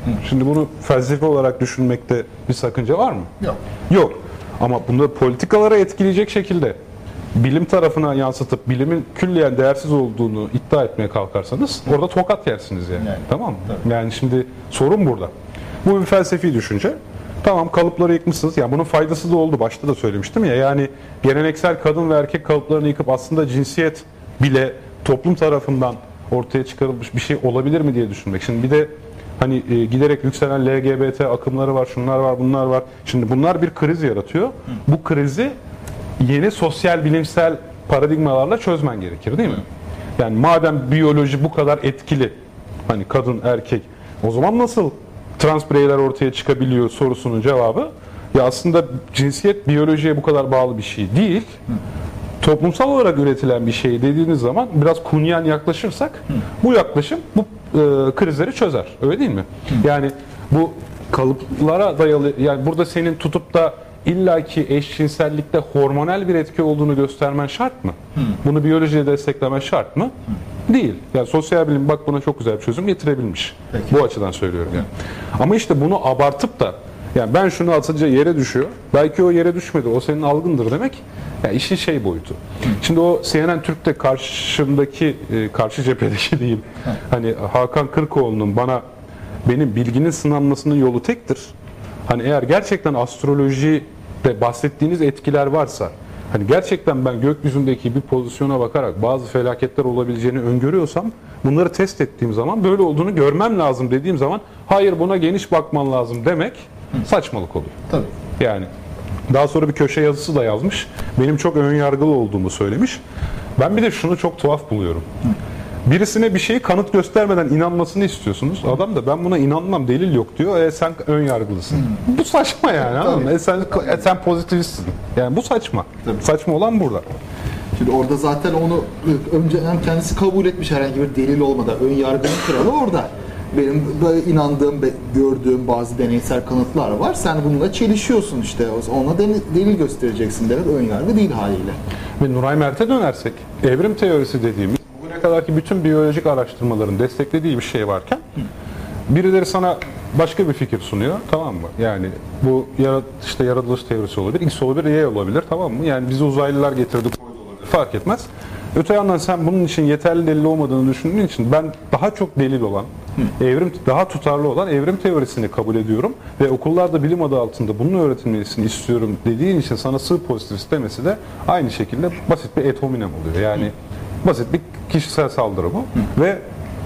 Şimdi bunu felsefi olarak düşünmekte bir sakınca var mı? Yok. Yok. Ama bunları politikalara etkileyecek şekilde bilim tarafına yansıtıp bilimin külliyen değersiz olduğunu iddia etmeye kalkarsanız orada tokat yersiniz yani. Yani, tamam mı? tabii. Yani şimdi sorun burada. Bu bir felsefi düşünce. Tamam, kalıpları yıkmışsınız. Yani bunun faydası da oldu. Başta da söylemiştim ya. Yani geleneksel kadın ve erkek kalıplarını yıkıp aslında cinsiyet bile toplum tarafından ortaya çıkarılmış bir şey olabilir mi diye düşünmek. Şimdi bir de hani e, giderek yükselen L G B T akımları var, şunlar var, bunlar var. Şimdi bunlar bir kriz yaratıyor. Bu krizi yeni sosyal bilimsel paradigmalarla çözmen gerekir, değil mi? Yani madem biyoloji bu kadar etkili, hani kadın, erkek, o zaman nasıl trans bireyler ortaya çıkabiliyor sorusunun cevabı, ya aslında cinsiyet biyolojiye bu kadar bağlı bir şey değil. Toplumsal olarak üretilen bir şey dediğiniz zaman biraz kunyen yaklaşırsak bu yaklaşım bu e, krizleri çözer. Öyle değil mi? Yani bu kalıplara dayalı, yani burada senin tutup da illaki eşcinsellikte hormonal bir etki olduğunu göstermen şart mı? Bunu biyolojiyle desteklemen şart mı? Değil. Yani sosyal bilim bak buna çok güzel bir çözüm getirebilmiş. Peki. Bu açıdan söylüyorum yani. Ama işte bunu abartıp da yani ben şunu atınca yere düşüyor. Belki o yere düşmedi. O senin algındır demek. Yani işin şey boyutu. Şimdi o C N N Türk'te karşımdaki e, karşı cephedeki diyeyim. Hani Hakan Kırkoğlu'nun bana benim bilginin sınanmasının yolu tektir. Hani eğer gerçekten astrolojide bahsettiğiniz etkiler varsa, hani gerçekten ben gökyüzündeki bir pozisyona bakarak bazı felaketler olabileceğini öngörüyorsam, bunları test ettiğim zaman böyle olduğunu görmem lazım dediğim zaman hayır buna geniş bakman lazım demek saçmalık oluyor. Tabii. Yani daha sonra bir köşe yazısı da yazmış. Benim çok önyargılı olduğumu söylemiş. Ben bir de şunu çok tuhaf buluyorum. Birisine bir şeyi kanıt göstermeden inanmasını istiyorsunuz. Adam da ben buna inanmam, delil yok diyor. E sen ön yargılısın. Hmm. Bu saçma yani. Anladın mı? E sen, e sen pozitivistsin. Yani bu saçma. Tabii. Saçma olan burada. Şimdi orada zaten onu önceden kendisi kabul etmiş, herhangi bir delil olmadan. Ön yargının kralı orada. Benim böyle inandığım, gördüğüm bazı deneysel kanıtlar var. Sen bununla çelişiyorsun işte. Ona delil göstereceksin demek ön yargı değil haliyle. Ve Nuray Mert'e dönersek, evrim teorisi dediğimiz bugüne kadarki bütün biyolojik araştırmaların desteklediği bir şey varken birileri sana başka bir fikir sunuyor, tamam mı? Yani bu yarat, işte yaratılış teorisi olabilir, X olabilir, Y olabilir, tamam mı? Yani bizi uzaylılar getirdi, koydu olabilir, fark etmez. Öte yandan sen bunun için yeterli delil olmadığını düşündüğün için ben daha çok delil olan, Hı. evrim daha tutarlı olan evrim teorisini kabul ediyorum ve okullarda bilim adı altında bunun öğretilmesini istiyorum dediğin için sana sığ pozitivist demesi de aynı şekilde basit bir ad hominem oluyor. Yani Hı. basit bir kişisel saldırı bu. Hı. Ve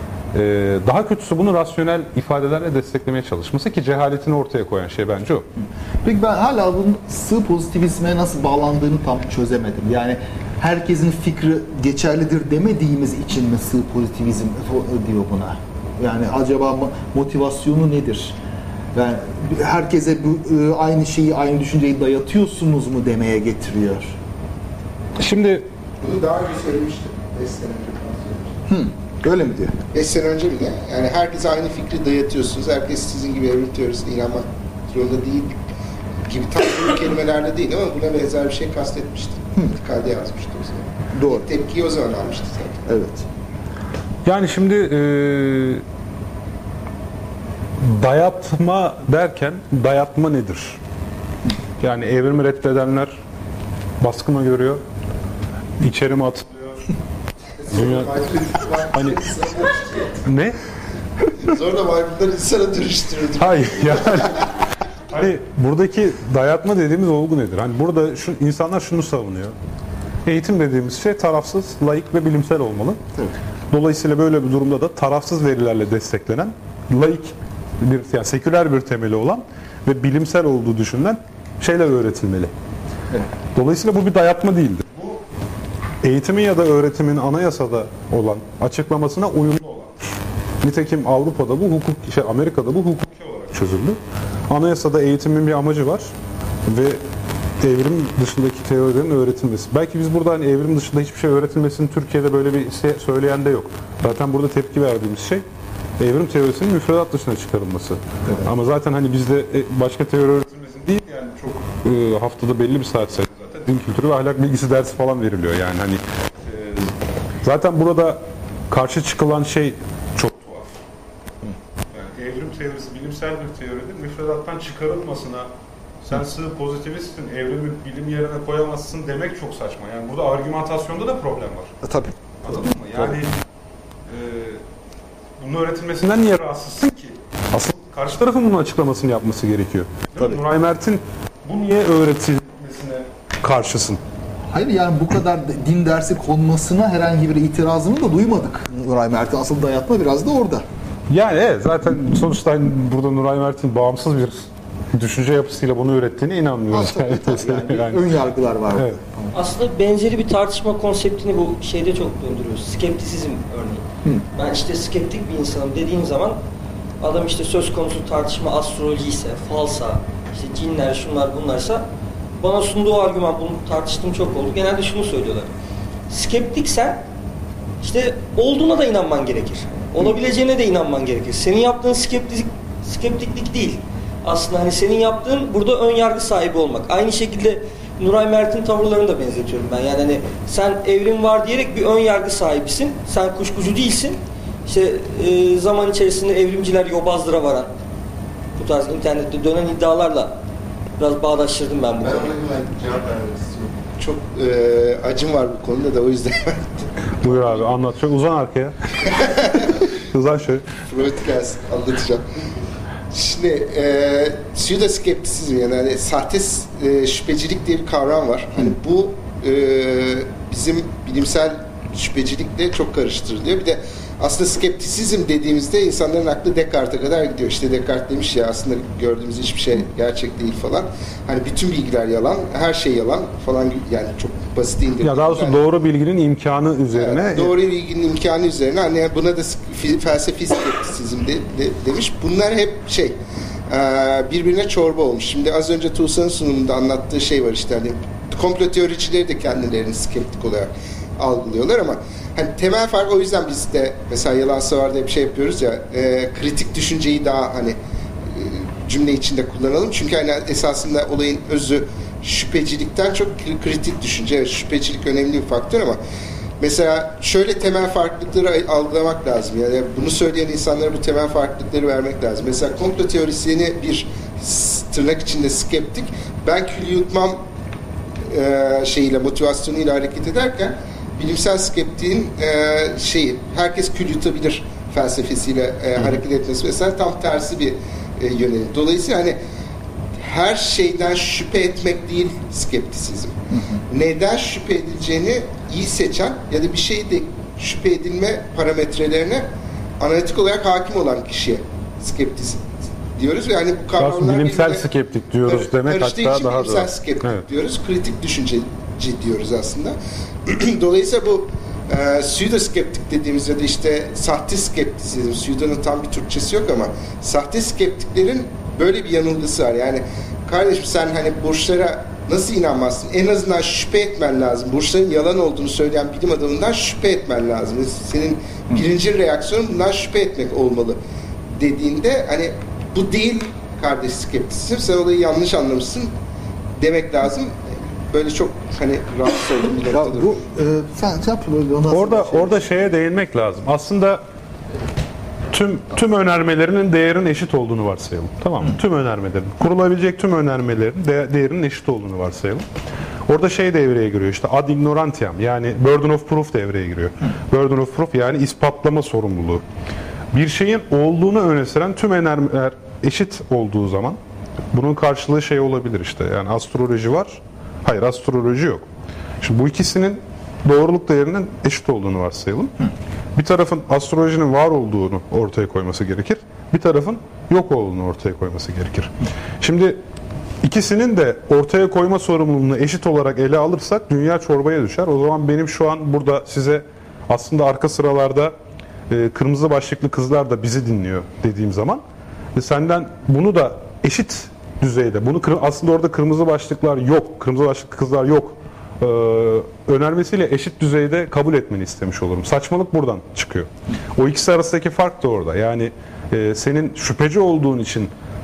e, daha kötüsü bunu rasyonel ifadelerle desteklemeye çalışması ki cehaletini ortaya koyan şey bence o. Peki ben hala bunun sığ pozitivizme nasıl bağlandığını tam çözemedim. Yani herkesin fikri geçerlidir demediğimiz için mi sığ pozitivizm diyor buna? Yani acaba motivasyonu nedir? Yani herkese bu aynı şeyi, aynı düşünceyi dayatıyorsunuz mu demeye getiriyor. Şimdi bunu daha önce söylemiştim. beş sene önce. Hı, öyle mi diyor? beş sene önce bile. Yani herkese aynı fikri dayatıyorsunuz. Herkes sizin gibi evrim teorisine inanmak zorunda değil gibi tam bu kelimelerle değil ama buna benzer bir şey kastetmişti. İntikalde yazmıştı o zaman. Doğru. Tepkiyi o zaman almıştı zaten. Evet. Yani şimdi e, dayatma derken dayatma nedir? Yani evrimi reddedenler baskı mı görüyor? İçeri mi atılıyor? Dünya... hani... ne? Sonra maymunlar insana dönüştürürdü. Hayır yani... Hani buradaki dayatma dediğimiz olgu nedir? Hani burada şu, insanlar şunu savunuyor. Eğitim dediğimiz şey tarafsız, laik ve bilimsel olmalı. Evet. Dolayısıyla böyle bir durumda da tarafsız verilerle desteklenen, laik bir, yani seküler bir temeli olan ve bilimsel olduğu düşünülen şeyler öğretilmeli. Evet. Dolayısıyla bu bir dayatma değildir. Bu eğitimin ya da öğretimin anayasada olan açıklamasına uyumlu olan. Nitekim Avrupa'da bu hukuk, şey Amerika'da bu hukuki olarak çözüldü. Anayasada eğitimin bir amacı var ve evrim dışındaki teorilerin öğretilmesi. Belki biz burada hani evrim dışında hiçbir şey öğretilmesini Türkiye'de böyle bir şey söyleyen de yok. Zaten burada tepki verdiğimiz şey evrim teorisinin müfredat dışına çıkarılması. Evet. Ama zaten hani bizde başka teori öğretilmesin değil yani çok e, haftada belli bir saat sayısı zaten din kültürü ve ahlak bilgisi dersi falan veriliyor yani hani e, zaten burada karşı çıkılan şey çok tuhaf. Yani evrim teorisi bilimsel bir teoride müfredattan çıkarılmasına sen sığ pozitivistsin, evrimi bilim yerine koyamazsın demek çok saçma. Yani burada argümantasyonda da problem var. E, tabii. Anladın mı? Yani e, bunun öğretilmesinden niye rahatsızsın ki? Asıl karşı tarafın bunun açıklamasını yapması gerekiyor. Tabii. Nuray Mert'in bu niye öğretilmesine karşısın? Hayır yani bu kadar din dersi konmasına herhangi bir itirazını da duymadık. Nuray Mert'in asıl dayatma biraz da orada. Yani evet, zaten sonuçta hani burada Nuray Mert'in bağımsız bir düşünce yapısıyla bunu ürettiğine inanmıyoruz. Ha, tabii, tabii. Yani, Yani. ön yargılar var. Evet. Aslında benzeri bir tartışma konseptini bu şeyde çok döndürüyoruz. Skeptisizm örneğin. Hı. Ben işte skeptik bir insanım dediğim zaman adam işte söz konusu tartışma astroloji ise, falsa, işte cinler, şunlar bunlarsa bana sunduğu argüman, bunu tartıştığım çok oldu. Genelde şunu söylüyorlar. Skeptiksen işte olduğuna da inanman gerekir. Olabileceğine de inanman gerekir. Senin yaptığın skeptik, skeptiklik değil. Aslında hani senin yaptığın burada ön yargı sahibi olmak. Aynı şekilde Nuray Mert'in tavırlarını da benzetiyorum ben. Yani hani sen evrim var diyerek bir ön yargı sahibisin. Sen kuşkucu değilsin. İşte e, zaman içerisinde evrimciler yobazdıra varan bu tarz internette dönen iddialarla biraz bağdaştırdım ben bu Ben konuyu. ona hemen cevap vermek istiyorum. Çok e, acım var bu konuda da o yüzden. Buyur abi, anlat. Şöyle uzan arkaya. Uzan şöyle. Freud gelsin, anlatacağım. Şimdi e, pseudoskeptisizm yani hani sahte e, şüphecilik diye bir kavram var. Hani bu e, bizim bilimsel şüphecilikle çok karıştırılıyor. Bir de aslında skeptisizm dediğimizde insanların aklı Descartes'e kadar gidiyor. İşte Descartes demiş ya aslında gördüğümüz hiçbir şey gerçek değil falan. Hani bütün bilgiler yalan, her şey yalan falan, yani çok basit indirdim. Ya daha doğrusu yani, doğru bilginin imkanı üzerine. Evet, doğru bilginin imkanı üzerine hani buna da felsefi skeptisizm de, de, demiş. Bunlar hep şey birbirine çorba olmuş. Şimdi az önce Tuğsan'ın sunumunda anlattığı şey var işte hani komplo teoricileri de kendilerini skeptik olarak algılıyorlar ama hani temel fark, o yüzden biz de mesela Yalan Savar'da bir şey yapıyoruz ya, e, kritik düşünceyi daha hani e, cümle içinde kullanalım. Çünkü hani esasında olayın özü şüphecilikten çok kritik düşünce. Evet, şüphecilik önemli bir faktör ama mesela şöyle temel farklılıkları algılamak lazım. Yani bunu söyleyen insanlara bu temel farklılıkları vermek lazım. Mesela komplo teorisyeni bir tırnak içinde skeptik. Ben kül yutmam e, şeyiyle, motivasyonuyla hareket ederken bilimsel skeptiğin e, şeyi, herkes kül yutabilir felsefesiyle e, hareket etmesi mesela tam tersi bir e, yönelim. Dolayısıyla hani her şeyden şüphe etmek değil skeptisizm. Hı hı. Neden şüphe edileceğini iyi seçen ya da bir şeyde şüphe edilme parametrelerine analitik olarak hakim olan kişiye skeptisizm diyoruz. Yani bu kavramlar bilimsel skeptik diyoruz kar- demek hatta daha doğru. Bilimsel skeptik evet. diyoruz. Kritik düşünceci diyoruz aslında. Dolayısıyla bu e, pseudoskeptik dediğimiz ya da işte sahte skeptisizm, pseudo'nun tam bir Türkçesi yok ama sahte skeptiklerin böyle bir yanılgısı var. Yani kardeşim sen hani burçlara nasıl inanmazsın? En azından şüphe etmen lazım. Burçların yalan olduğunu söyleyen bilim adamından şüphe etmen lazım. Senin birinci reaksiyonun bundan şüphe etmek olmalı dediğinde hani bu değil kardeş skeptisizm, sen olayı yanlış anlamışsın demek lazım. Böyle çok hani rahatsız oldum bir Ya noktada. bu e, sen sen Orada şey. orada şeye değinmek lazım. Aslında tüm tüm önermelerinin değerinin eşit olduğunu varsayalım. Tamam mı? Hı. Tüm önermelerin, kurulabilecek tüm önermelerin de, değerinin eşit olduğunu varsayalım. Orada şey devreye giriyor işte ad ignorantiam, yani burden of proof devreye giriyor. Hı. Burden of proof yani ispatlama sorumluluğu. Bir şeyin olduğunu öne süren tüm önermeler eşit olduğu zaman bunun karşılığı şey olabilir işte. Yani astroloji var. Hayır, astroloji yok. Şimdi bu ikisinin doğruluk değerinin eşit olduğunu varsayalım. Hı. Bir tarafın astrolojinin var olduğunu ortaya koyması gerekir. Bir tarafın yok olduğunu ortaya koyması gerekir. Şimdi ikisinin de ortaya koyma sorumluluğunu eşit olarak ele alırsak dünya çorbaya düşer. O zaman benim şu an burada size aslında arka sıralarda e, kırmızı başlıklı kızlar da bizi dinliyor dediğim zaman ve senden bunu da eşit düzeyde, bunu aslında orada kırmızı başlıklar yok, kırmızı başlıklı kızlar yok Ee, önermesiyle eşit düzeyde kabul etmeni istemiş olurum. Saçmalık buradan çıkıyor. O ikisi arasındaki fark da orada. Yani e, senin şüpheci olduğun için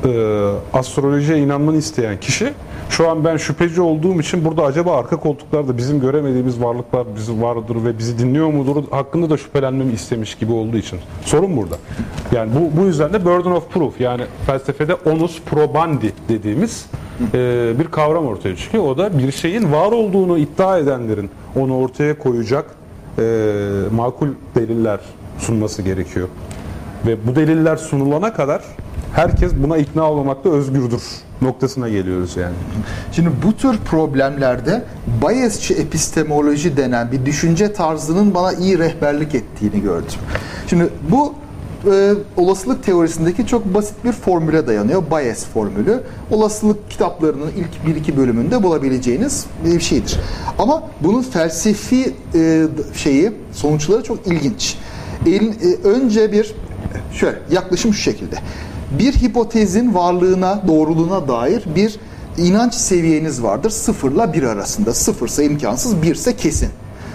e, astrolojiye inanmanı isteyen kişi şu an ben şüpheci olduğum için burada acaba arka koltuklarda bizim göremediğimiz varlıklar bizi vardır ve bizi dinliyor mudur hakkında da şüphelenmemi istemiş gibi olduğu için. Sorun burada. Yani bu, bu yüzden de burden of proof, yani felsefede onus probandi dediğimiz e, bir kavram ortaya çıkıyor. O da bir şeyin var olduğunu iddia edenlerin onu ortaya koyacak e, makul deliller sunması gerekiyor. Ve bu deliller sunulana kadar herkes buna ikna olmamakta özgürdür noktasına geliyoruz yani. Şimdi bu tür problemlerde biasçı epistemoloji denen bir düşünce tarzının bana iyi rehberlik ettiğini gördüm. Şimdi bu e, olasılık teorisindeki çok basit bir formüle dayanıyor. Bayes formülü. Olasılık kitaplarının ilk bir iki bölümünde bulabileceğiniz bir şeydir. Ama bunun felsefi e, şeyi, sonuçları çok ilginç. El, e, önce bir şöyle yaklaşım şu şekilde. Bir hipotezin varlığına, doğruluğuna dair bir inanç seviyeniz vardır. Sıfırla bir arasında. Sıfırsa imkansız, birse kesin.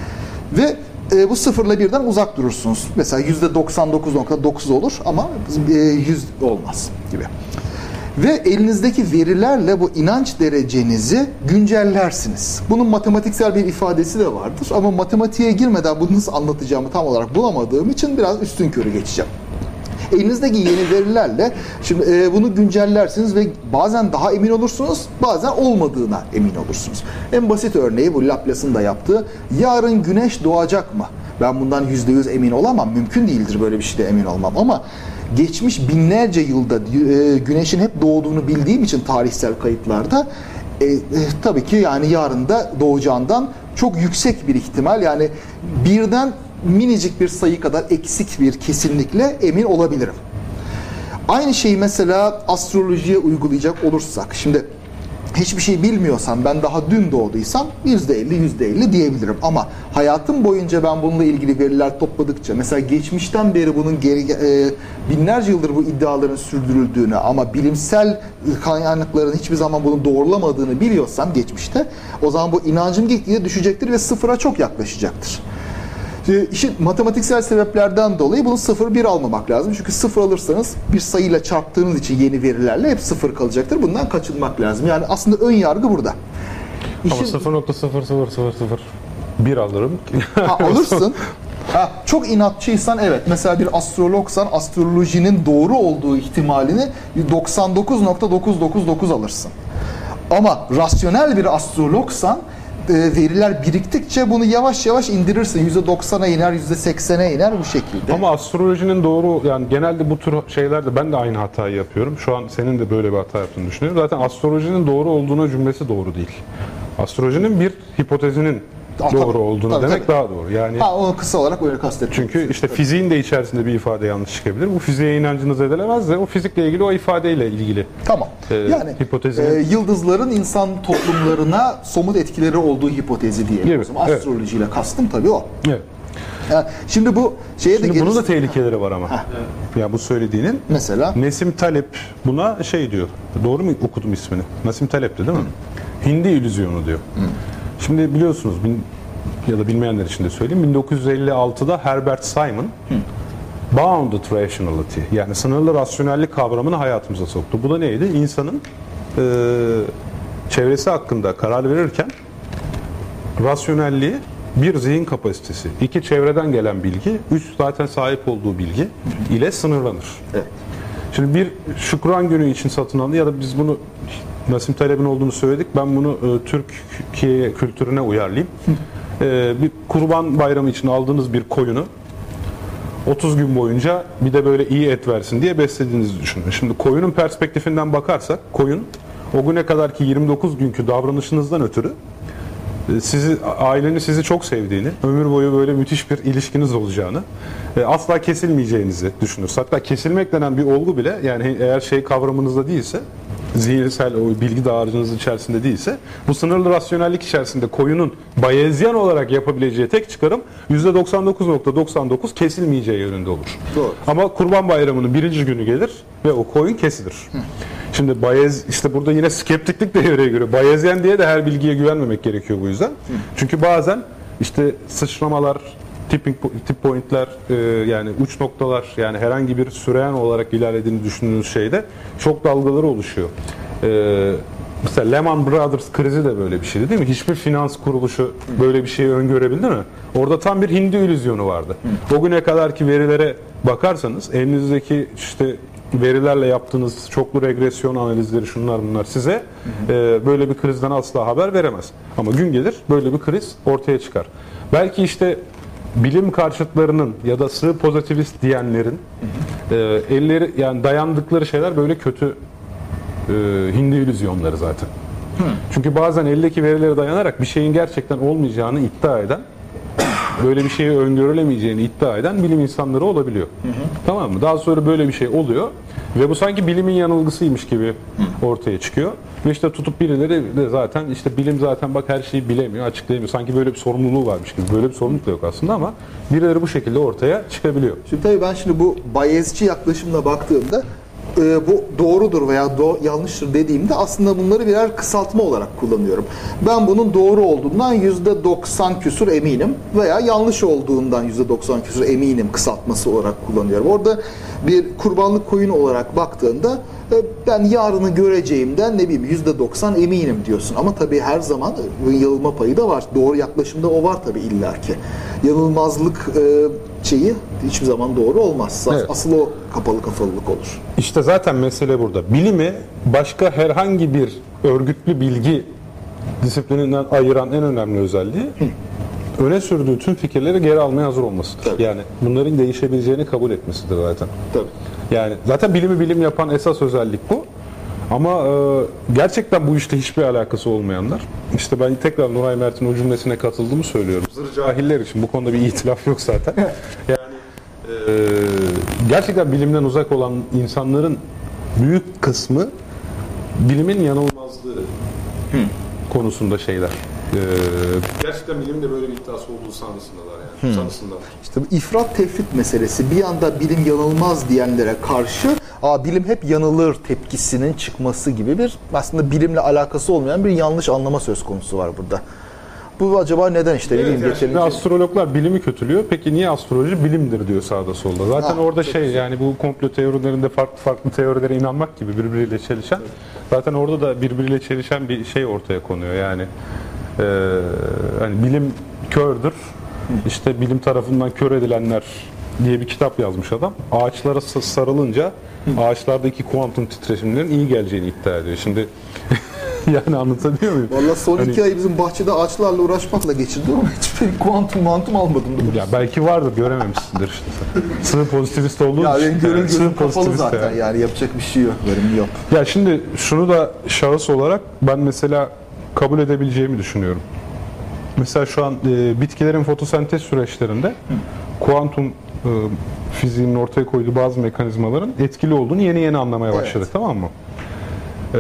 Ve e, bu sıfırla birden uzak durursunuz. Mesela yüzde doksan dokuz nokta dokuz olur ama e, yüz olmaz gibi. Ve elinizdeki verilerle bu inanç derecenizi güncellersiniz. Bunun matematiksel bir ifadesi de vardır. Ama matematiğe girmeden bunu nasıl anlatacağımı tam olarak bulamadığım için biraz üstünkörü geçeceğim. Elinizdeki yeni verilerle şimdi e, bunu güncellersiniz ve bazen daha emin olursunuz, bazen olmadığına emin olursunuz. En basit örneği bu Laplace'ın da yaptığı, yarın güneş doğacak mı? Ben bundan yüzde yüz emin olamam, mümkün değildir böyle bir şeyde emin olmam ama geçmiş binlerce yılda e, güneşin hep doğduğunu bildiğim için tarihsel kayıtlarda e, e, tabii ki yani yarın da doğacağından çok yüksek bir ihtimal, yani birden minicik bir sayı kadar eksik bir kesinlikle emin olabilirim. Aynı şeyi mesela astrolojiye uygulayacak olursak, şimdi hiçbir şey bilmiyorsam, ben daha dün doğduysam yüzde elli yüzde elli diyebilirim. Ama hayatım boyunca ben bununla ilgili veriler topladıkça, mesela geçmişten beri bunun geri, e, binlerce yıldır bu iddiaların sürdürüldüğünü ama bilimsel kaynakların hiçbir zaman bunu doğrulamadığını biliyorsam geçmişte, o zaman bu inancım gitgide düşecektir ve sıfıra çok yaklaşacaktır. İşin matematiksel sebeplerden dolayı bunu sıfır bir almamak lazım. Çünkü sıfır alırsanız bir sayıyla çarptığınız için yeni verilerle hep sıfır kalacaktır. Bundan kaçınmak lazım. Yani aslında ön yargı burada. İşin... Ama sıfır nokta sıfır sıfır sıfır sıfır bir alırım. Ha, alırsın. Ha, çok inatçıysan evet. Mesela bir astrologsan astrolojinin doğru olduğu ihtimalini doksan dokuz nokta dokuz dokuz dokuz alırsın. Ama rasyonel bir astrologsan veriler biriktikçe bunu yavaş yavaş indirirsin. yüzde doksana iner, yüzde seksene iner bu şekilde. Ama astrolojinin doğru, yani genelde bu tür şeylerde ben de aynı hatayı yapıyorum. Şu an senin de böyle bir hata yaptığını düşünüyorum. Zaten astrolojinin doğru olduğuna cümlesi doğru değil. Astrolojinin bir hipotezinin Aa, doğru tabii, olduğuna tabii, demek tabii. daha doğru. Yani ha, onu kısa olarak öyle kastettim. çünkü işte fiziğin de içerisinde bir ifade yanlış çıkabilir. Bu fiziğe inancınız edilemez de o fizikle ilgili, o ifadeyle ilgili. Tamam. Ee, yani hipotezinin... e, yıldızların insan toplumlarına somut etkileri olduğu hipotezi diyelim. Gibi, O zaman evet. astrolojiyle kastım tabii o. Evet. Yani şimdi bu şeye Şimdi de bunun da gelirsin. tehlikeleri var ama. Heh. Ya bu söylediğinin. Mesela? Nesim Talep buna şey diyor. Doğru mu okudum ismini? Nesim Talep'ti değil mi? Hı. Hindi illüzyonu diyor. Hı. Şimdi biliyorsunuz bin, ya da bilmeyenler için de söyleyeyim. bin dokuz yüz elli altıda Herbert Simon Hı. Bounded Rationality, yani sınırlı rasyonellik kavramını hayatımıza soktu. Bu da neydi? İnsanın e, çevresi hakkında karar verirken rasyonelliği, bir zihin kapasitesi, iki çevreden gelen bilgi, üç zaten sahip olduğu bilgi ile sınırlanır. Evet. Şimdi bir Şükran Günü için satın alındı ya da biz bunu Nesim Talep'in olduğunu söyledik. Ben bunu e, Türkiye kültürüne uyarlayayım. E, bir Kurban Bayramı için aldığınız bir koyunu otuz gün boyunca bir de böyle iyi et versin diye beslediğinizi düşünün. Şimdi koyunun perspektifinden bakarsak, koyun o güne kadarki yirmi dokuz günkü davranışınızdan ötürü sizi, ailenin sizi çok sevdiğini, ömür boyu böyle müthiş bir ilişkiniz olacağını, asla kesilmeyeceğinizi düşünür. Hatta kesilmek denen bir olgu bile, yani eğer şey kavramınızda değilse, zihinsel o bilgi dağarcığınız içerisinde değilse, bu sınırlı rasyonellik içerisinde koyunun Bayezyen olarak yapabileceği tek çıkarım yüzde doksan dokuz nokta doksan dokuz kesilmeyeceği yönünde olur. Doğru. Ama Kurban Bayramı'nın birinci günü gelir ve o koyun kesilir. Hı. Şimdi Bayez, işte burada yine skeptiklik de devreye giriyor. Bayezyen diye de her bilgiye güvenmemek gerekiyor bu yüzden. Hı. Çünkü bazen işte sıçramalar, tipping tip point'ler e, yani uç noktalar yani herhangi bir süreyen olarak ilerlediğini düşündüğünüz şeyde şok dalgaları oluşuyor. E, mesela Lehman Brothers krizi de böyle bir şeydi değil mi? Hiçbir finans kuruluşu böyle bir şeyi öngörebildi mi? Orada tam bir Hindu illüzyonu vardı. O güne kadarki verilere bakarsanız elinizdeki işte verilerle yaptığınız çoklu regresyon analizleri şunlar bunlar size e, böyle bir krizden asla haber veremez. Ama gün gelir böyle bir kriz ortaya çıkar. Belki işte bilim karşıtlarının ya da sığ pozitivist diyenlerin e, elleri yani dayandıkları şeyler böyle kötü e, Hindu illüzyonları zaten. Hı. Çünkü bazen eldeki verilere dayanarak bir şeyin gerçekten olmayacağını iddia eden, böyle bir şeyi öngörülemeyeceğini iddia eden bilim insanları olabiliyor. Hı hı. Tamam mı? Daha sonra böyle bir şey oluyor ve bu sanki bilimin yanılgısıymış gibi ortaya çıkıyor. Ve işte tutup birileri de zaten işte bilim zaten bak her şeyi bilemiyor, açıklayamıyor. Sanki böyle bir sorumluluğu varmış gibi. Böyle bir sorumluluk da yok aslında ama birileri bu şekilde ortaya çıkabiliyor. Şimdi tabii ben şimdi bu biasçi yaklaşımla baktığımda e, bu doğrudur veya do- yanlıştır dediğimde aslında bunları birer kısaltma olarak kullanıyorum. Ben bunun doğru olduğundan yüzde doksan küsur eminim veya yanlış olduğundan yüzde doksan küsur eminim kısaltması olarak kullanıyorum. Orada bir kurbanlık koyun olarak baktığında e, ben yarını göreceğimden ne bileyim yüzde doksan eminim diyorsun. Ama tabii her zaman yanılma payı da var. Doğru yaklaşımda o var tabii illaki. Yanılmazlık e, şeyi hiçbir zaman doğru olmaz. Evet. Asıl o kapalı kafalılık olur. İşte zaten mesele burada. Bilimi başka herhangi bir örgütlü bilgi disiplininden ayıran en önemli özelliği Hı. öne sürdüğü tüm fikirleri geri almaya hazır olmasıdır. Tabii. Yani bunların değişebileceğini kabul etmesidir zaten. Tabii. Yani zaten bilimi bilim yapan esas özellik bu. Ama e, gerçekten bu işte hiçbir alakası olmayanlar. İşte ben tekrar Nuray Mert'in o cümlesine katıldığımı söylüyorum. Zır cahiller için bu konuda bir itilaf yok zaten. Yani e, gerçekten bilimden uzak olan insanların büyük kısmı bilimin yanılmazlığı Hı. konusunda şeyler. Ee, gerçekten bilimin de böyle bir iddiası olduğu sanrısındalar yani. Hmm. Sanrısındalar. İşte bu ifrat tefrit meselesi bir yanda bilim yanılmaz diyenlere karşı Aa, bilim hep yanılır tepkisinin çıkması gibi bir aslında bilimle alakası olmayan bir yanlış anlama söz konusu var burada. Bu acaba neden işte evet, ne bileyim yani geçelim. Şimdi astrologlar bilimi kötülüyor. Peki niye astroloji bilimdir diyor sağda solda. Zaten ha, orada şey yani bu komplo teorilerinde farklı farklı teorilere inanmak gibi birbiriyle çelişen. Evet. Zaten orada da birbiriyle çelişen bir şey ortaya konuyor yani. Ee, hani bilim kördür. İşte bilim tarafından kör edilenler diye bir kitap yazmış adam. Ağaçlara sarılınca ağaçlardaki kuantum titreşimlerin iyi geleceğini iddia ediyor. Şimdi yani anlatabiliyor muyum? Valla son hani, iki ay bizim bahçede ağaçlarla uğraşmakla geçirdi ama hiçbir kuantum mantum almadım. Ya belki vardır, görememişsindir işte. Sığ pozitivist olduğu ya için. Ya benim gözüm yani, kapalı zaten yani. yani yapacak bir şey yok. Benim yok. Ya şimdi şunu da şahıs olarak ben mesela kabul edebileceğimi düşünüyorum. Mesela şu an e, bitkilerin fotosentez süreçlerinde Hı. kuantum e, fiziğinin ortaya koyduğu bazı mekanizmaların etkili olduğunu yeni yeni anlamaya başladık, evet. Tamam mı? Ee,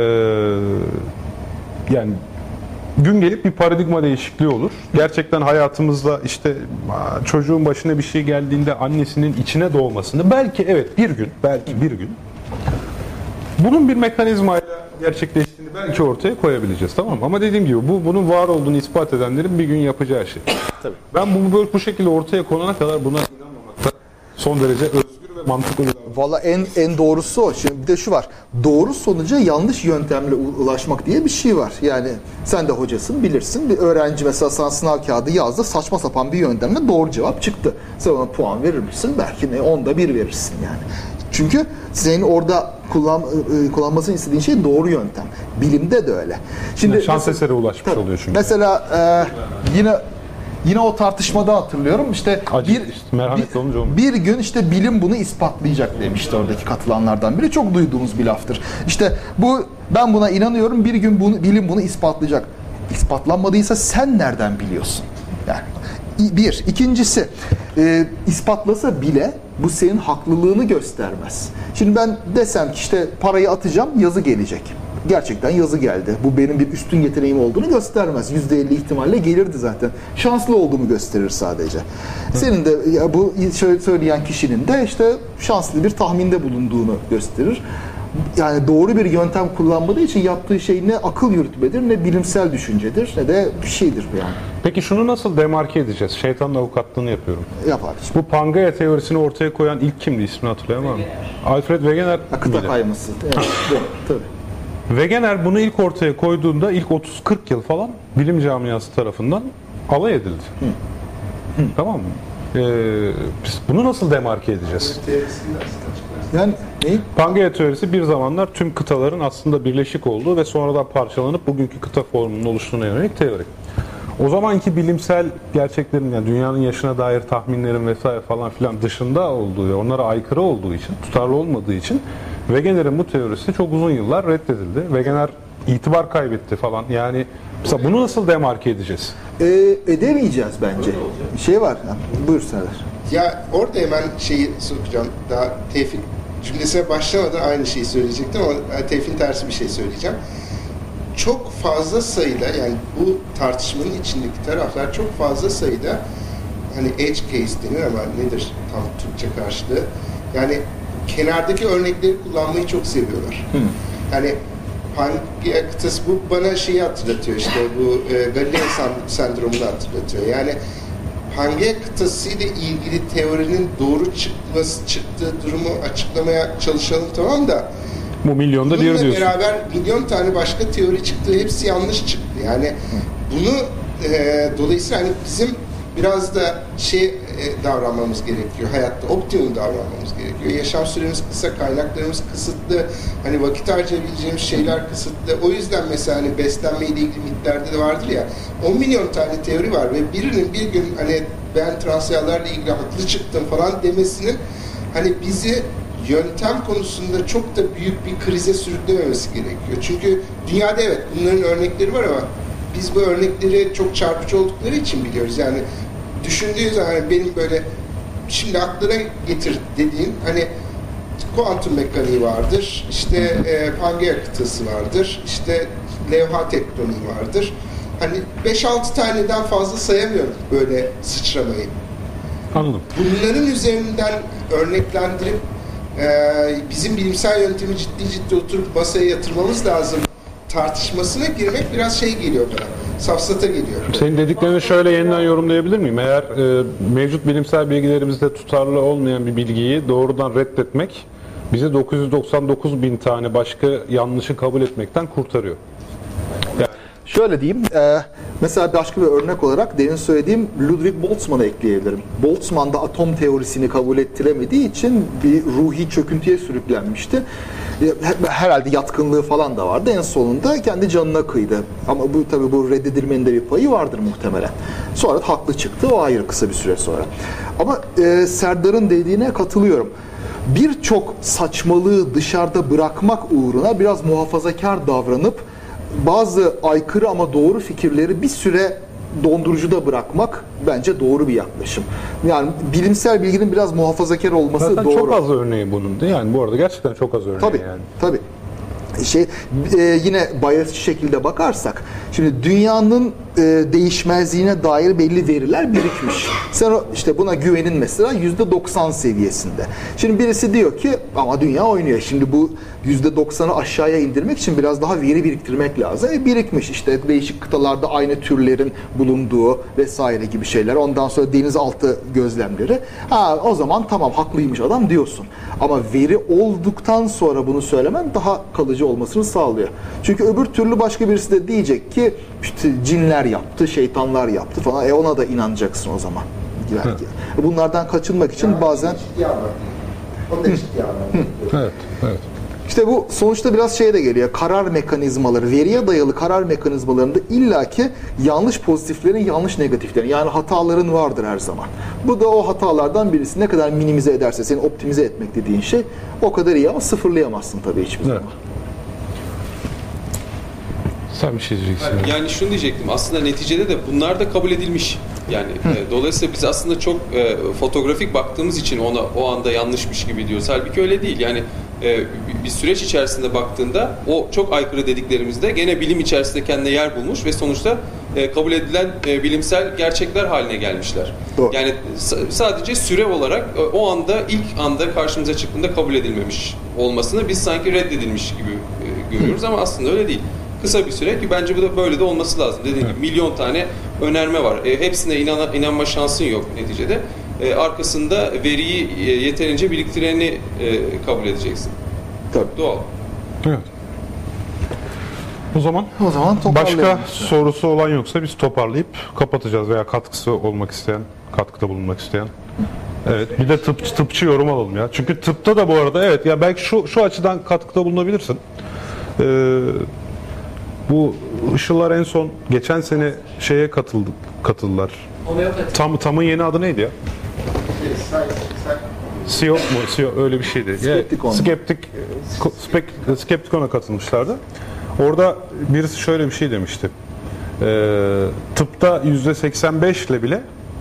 yani gün gelip bir paradigma değişikliği olur. Gerçekten hayatımızda işte çocuğun başına bir şey geldiğinde annesinin içine doğmasını belki evet bir gün, belki bir gün bunun bir mekanizmayla gerçekleştiğini belki ortaya koyabileceğiz, tamam mı? Ama dediğim gibi bu bunun var olduğunu ispat edenlerin bir gün yapacağı şey. Tabii. Ben bu böyle bu şekilde ortaya konana kadar buna inanmamakta son derece özgür ve mantıklı bir davranış. Valla en en doğrusu o. Şimdi bir de şu var. Doğru sonuca yanlış yöntemle ulaşmak diye bir şey var. Yani sen de hocasın, bilirsin. Bir öğrenci mesela sana sınav kağıdı yazdı. Saçma sapan bir yöntemle doğru cevap çıktı. Sen ona puan verir misin? Belki ne onda bir verirsin yani. Çünkü senin orada kullan, kullanmasını istediğin şey doğru yöntem. Bilimde de öyle. Şimdi yani şans eseri ulaşmış tabii, oluyor çünkü. Mesela e, yine yine o tartışmada hatırlıyorum. İşte Acı, bir işte, merhametli olunca olmuyor. Bir gün işte bilim bunu ispatlayacak demişti oradaki katılanlardan biri. Çok duyduğumuz bir laftır. İşte bu ben buna inanıyorum. Bir gün bunu bilim bunu ispatlayacak. İspatlanmadıysa sen nereden biliyorsun? Yani bir. İkincisi e, ispatlasa bile bu senin haklılığını göstermez. Şimdi ben desem ki işte parayı atacağım, yazı gelecek. Gerçekten yazı geldi. Bu benim bir üstün yeteneğim olduğunu göstermez. yüzde elli ihtimalle gelirdi zaten. Şanslı olduğumu gösterir sadece. Hı. Senin de ya bu şöyle söyleyen kişinin de işte şanslı bir tahminde bulunduğunu gösterir. yani doğru bir yöntem kullanmadığı için yaptığı şey ne akıl yürütmedir, ne bilimsel düşüncedir, ne de bir şeydir yani. Peki şunu nasıl demarke edeceğiz? Şeytanın avukatlığını yapıyorum. Yapar. Bu Pangea teorisini ortaya koyan ilk kimdi? İsmini hatırlayamam ama. Alfred Wegener Akıta miydi? kayması. Evet, evet, tabii. Wegener bunu ilk ortaya koyduğunda ilk otuz kırk yıl falan bilim camiası tarafından alay edildi. Hı. Hı. Tamam mı? Ee, biz bunu nasıl demarke edeceğiz? Yani neyi? Pangea teorisi bir zamanlar tüm kıtaların aslında birleşik olduğu ve sonradan parçalanıp bugünkü kıta formunun oluştuğuna yönelik teori. O zamanki bilimsel gerçeklerin, yani dünyanın yaşına dair tahminlerin vesaire falan filan dışında olduğu ve onlara aykırı olduğu için, tutarlı olmadığı için Wegener'in bu teorisi çok uzun yıllar reddedildi. Wegener itibar kaybetti falan. Yani mesela bunu nasıl demarke edeceğiz? Ee, edemeyeceğiz bence. Şey var. Yani, buyur Serdar. Ya orada hemen şeyi sokacağım. Daha Tevfik cümlesine başlamadan aynı şeyi söyleyecektim ama Tevfik'in tersi bir şey söyleyeceğim. Çok fazla sayıda, yani bu tartışmanın içindeki taraflar çok fazla sayıda, hani edge case deniyor ama nedir tam Türkçe karşılığı? Yani kenardaki örnekleri kullanmayı çok seviyorlar. Hı. Yani Pangea kıtası, bu bana şeyi hatırlatıyor, işte bu e, Galileo sendromunu hatırlatıyor. Yani Pangea kıtası ile ilgili teorinin doğru çıkması, çıktığı durumu açıklamaya çalışalım, tamam da bu milyonda bir bununla diyorsun. beraber milyon tane başka teori çıktı, hepsi yanlış çıktı. Yani bunu e, dolayısıyla hani bizim biraz da şey e, davranmamız gerekiyor, hayatta optimum davranmamız gerekiyor. Yaşam süremiz kısa, kaynaklarımız kısıtlı, hani vakit harcayabileceğimiz şeyler kısıtlı. O yüzden mesela hani beslenme ile ilgili mitlerde de vardır ya, on milyon tane teori var ve birinin bir gün hani ben transferlerle ilgili haklı çıktım falan demesinin hani bizi yöntem konusunda çok da büyük bir krize sürüklememesi gerekiyor. Çünkü dünyada evet bunların örnekleri var ama biz bu örnekleri çok çarpıcı oldukları için biliyoruz. Yani düşündüğün zaman hani benim böyle şimdi aklına getir dediğin hani kuantum mekaniği vardır, işte e, Pangea kıtası vardır, işte levha tektoniği vardır. Hani beş altı taneden fazla sayamıyorum böyle sıçramayı. Anladım. Bunların üzerinden örneklendirip Ee, bizim bilimsel yöntemi ciddi ciddi oturup masaya yatırmamız lazım tartışmasına girmek biraz şey geliyor bana, safsata geliyor. Senin dediklerini şöyle yeniden yorumlayabilir miyim? Eğer e, mevcut bilimsel bilgilerimizde tutarlı olmayan bir bilgiyi doğrudan reddetmek bizi dokuz yüz doksan dokuz bin tane başka yanlışı kabul etmekten kurtarıyor. Yani, Şöyle diyeyim, e, mesela başka bir örnek olarak demin söylediğim Ludwig Boltzmann'ı ekleyebilirim. Boltzmann da atom teorisini kabul ettiremediği için bir ruhi çöküntüye sürüklenmişti. Herhalde yatkınlığı falan da vardı. En sonunda kendi canına kıydı. Ama bu tabii bu reddedilmenin de bir payı vardır muhtemelen. Sonra da haklı çıktı, o ayrı kısa bir süre sonra. Ama e, Serdar'ın dediğine katılıyorum. Birçok saçmalığı dışarıda bırakmak uğruna biraz muhafazakar davranıp bazı aykırı ama doğru fikirleri bir süre dondurucuda bırakmak bence doğru bir yaklaşım. Yani bilimsel bilginin biraz muhafazakar olması zaten doğru. çok az örneği bunun. Yani bu arada gerçekten çok az örneği Tabii, yani. tabii. Şey, e, yine biased şekilde bakarsak, şimdi dünyanın e, değişmezliğine dair belli veriler birikmiş. Sen o, işte buna güvenin mesela yüzde doksan seviyesinde. Şimdi birisi diyor ki ama dünya oynuyor. Şimdi bu yüzde doksanı aşağıya indirmek için biraz daha veri biriktirmek lazım. E, birikmiş işte değişik kıtalarda aynı türlerin bulunduğu vesaire gibi şeyler. Ondan sonra denizaltı gözlemleri. Ha, o zaman tamam haklıymış adam diyorsun. Ama veri olduktan sonra bunu söylemen daha kalıcı olmasını sağlıyor. Çünkü öbür türlü başka birisi de diyecek ki işte cinler yaptı, şeytanlar yaptı falan. E ona da inanacaksın o zaman. Belki. Bunlardan kaçınmak için yani bazen o da ciddi anlamda. Evet, evet. İşte bu sonuçta biraz şeye de geliyor. Karar mekanizmaları, veriye dayalı karar mekanizmalarında illaki yanlış pozitiflerin, yanlış negatiflerin, yani hataların vardır her zaman. Bu da o hatalardan birisi. Ne kadar minimize ederse, seni optimize etmek dediğin şey o kadar iyi ama sıfırlayamazsın tabii hiçbir zaman. Evet. Sen bir şey diyeceksin. Yani şunu diyecektim. Aslında neticede de bunlar da kabul edilmiş. Yani e, dolayısıyla biz aslında çok e, fotoğrafik baktığımız için ona o anda yanlışmış gibi diyoruz. Halbuki öyle değil. Yani e, bir süreç içerisinde baktığında o çok aykırı dediklerimizde gene bilim içerisinde kendine yer bulmuş ve sonuçta e, kabul edilen e, bilimsel gerçekler haline gelmişler. Doğru. Yani s- sadece süre olarak e, o anda ilk anda karşımıza çıktığında kabul edilmemiş olmasını biz sanki reddedilmiş gibi e, görüyoruz ama aslında öyle değil. Kısa bir süre ki bence bu da böyle de olması lazım. Dediğim gibi milyon tane önerme var. E, hepsine inan inanma şansın yok neticede. E, arkasında veriyi e, yeterince biriktireni e, kabul edeceksin. Tabii. Doğal. Evet. O zaman O zaman toparlayalım. başka sorusu olan yoksa biz toparlayıp kapatacağız veya katkısı olmak isteyen, katkıda bulunmak isteyen. Evet, bir de tıp, tıpçı yorum alalım ya. Çünkü tıpta da bu arada evet ya belki şu şu açıdan katkıda bulunabilirsin. Ee, bu Işıllar en son geçen sene şeye katıldı, katıldılar. Homeopati. Tam tamın yeni adı neydi ya? Siyop mu? Siyop öyle bir şeydi. Skeptikon. Skeptik, spek, Skeptikon'a katılmışlardı. Orada birisi şöyle bir şey demişti. Ee, tıpta yüzde seksen beş ile bile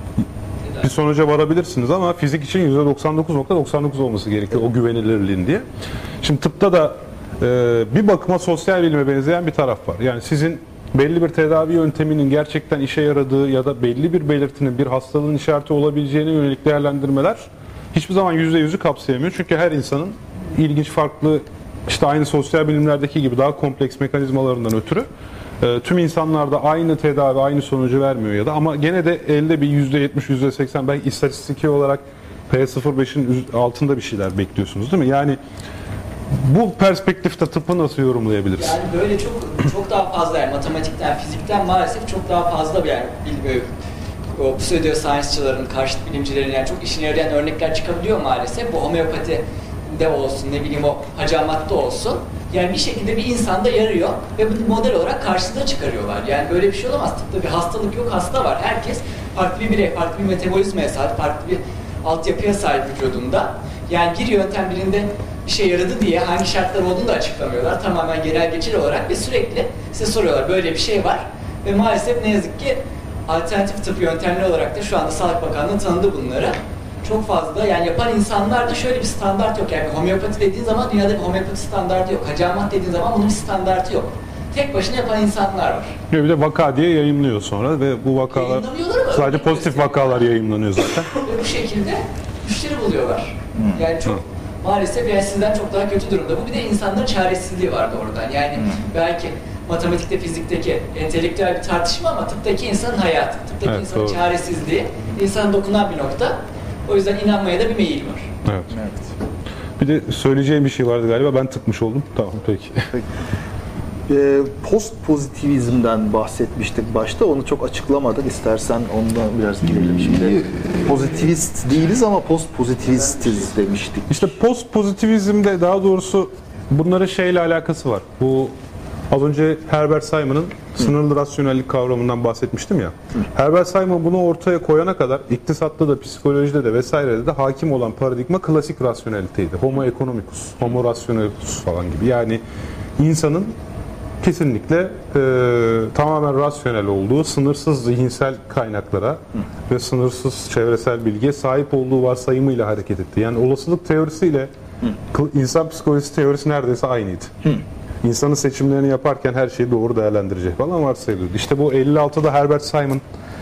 bir sonuca varabilirsiniz ama fizik için yüzde doksan dokuz nokta doksan dokuz olması gerekiyor o güvenilirliğin diye. Şimdi tıpta da e, bir bakıma sosyal bilime benzeyen bir taraf var. Yani sizin belli bir tedavi yönteminin gerçekten işe yaradığı ya da belli bir belirtinin bir hastalığın işareti olabileceğine yönelik değerlendirmeler hiçbir zaman yüzde yüzü kapsayamıyor. Çünkü her insanın ilginç, farklı, işte aynı sosyal bilimlerdeki gibi daha kompleks mekanizmalarından ötürü e, tüm insanlarda aynı tedavi, aynı sonucu vermiyor ya da ama gene de elde bir yüzde yetmiş, yüzde seksen belki istatistiki olarak P sıfır beşin altında bir şeyler bekliyorsunuz değil mi? Yani bu perspektifte tıbbı nasıl yorumlayabiliriz? Yani böyle çok çok daha fazla yani matematikten, fizikten maalesef çok daha fazla bir yani bil- o pseudoscience'çıların, karşıt bilimcilerin yani çok işine yarayan örnekler çıkabiliyor maalesef. Bu homeopati de olsun, ne bileyim o hacamatta olsun. Yani bir şekilde bir insanda yarıyor ve bu model olarak karşısına çıkarıyorlar. Yani böyle bir şey olamaz. Tıpta bir hastalık yok, hasta var. Herkes farklı bir birey, farklı bir metabolizmaya sahip, farklı bir altyapıya sahip vücudunda. Yani bir yöntem birinde bir şey yaradı diye hangi şartlar olduğunu da açıklamıyorlar. Tamamen genel geçer olarak ve sürekli size soruyorlar böyle bir şey var. Ve maalesef ne yazık ki alternatif tıp yöntemleri olarak da şu anda Sağlık Bakanlığı tanıdı bunları. Çok fazla yani yapan insanlarda şöyle bir standart yok. Yani homeopati dediğin zaman dünyada bir homeopati standartı yok. Hacamat dediğin zaman bunun bir standartı yok. Tek başına yapan insanlar var. Bir de vaka diye yayınlıyor sonra ve bu vakalar sadece pozitif vakalar yayınlanıyor zaten. Ve bu şekilde müşteri buluyorlar. Yani çok maalesef yani sizden çok daha kötü durumda. Bu bir de insanların çaresizliği var doğrudan. Yani belki matematikte, fizikteki entelektüel bir tartışma ama tıptaki insanın hayatı, tıptaki Evet, insanın doğru. çaresizliği, insana dokunan bir nokta. O yüzden inanmaya da bir meyil var. Evet. Bir de söyleyeceğim bir şey vardı galiba. Ben tıkmış oldum. Tamam peki. Ee, post pozitivizmden bahsetmiştik başta. Onu çok açıklamadık. İstersen ondan biraz girelim şimdi. Pozitivist değiliz ama post pozitivistiz demiştik. İşte post pozitivizmde daha doğrusu bunların şeyle alakası var. Bu az önce Herbert Simon'ın sınırlı rasyonellik kavramından bahsetmiştim ya. Herbert Simon bunu ortaya koyana kadar iktisatta da psikolojide de vesairede de hakim olan paradigma klasik rasyoneliteydi. Homo economicus, homo rationalis falan gibi. Yani insanın kesinlikle e, tamamen rasyonel olduğu, sınırsız zihinsel kaynaklara Hı. ve sınırsız çevresel bilgiye sahip olduğu varsayımıyla hareket etti. Yani olasılık teorisiyle Hı. insan psikolojisi teorisi neredeyse aynıydı. Hı. İnsanın seçimlerini yaparken her şeyi doğru değerlendirecek falan varsayılıyordu. İşte bu elli altıda Herbert Simon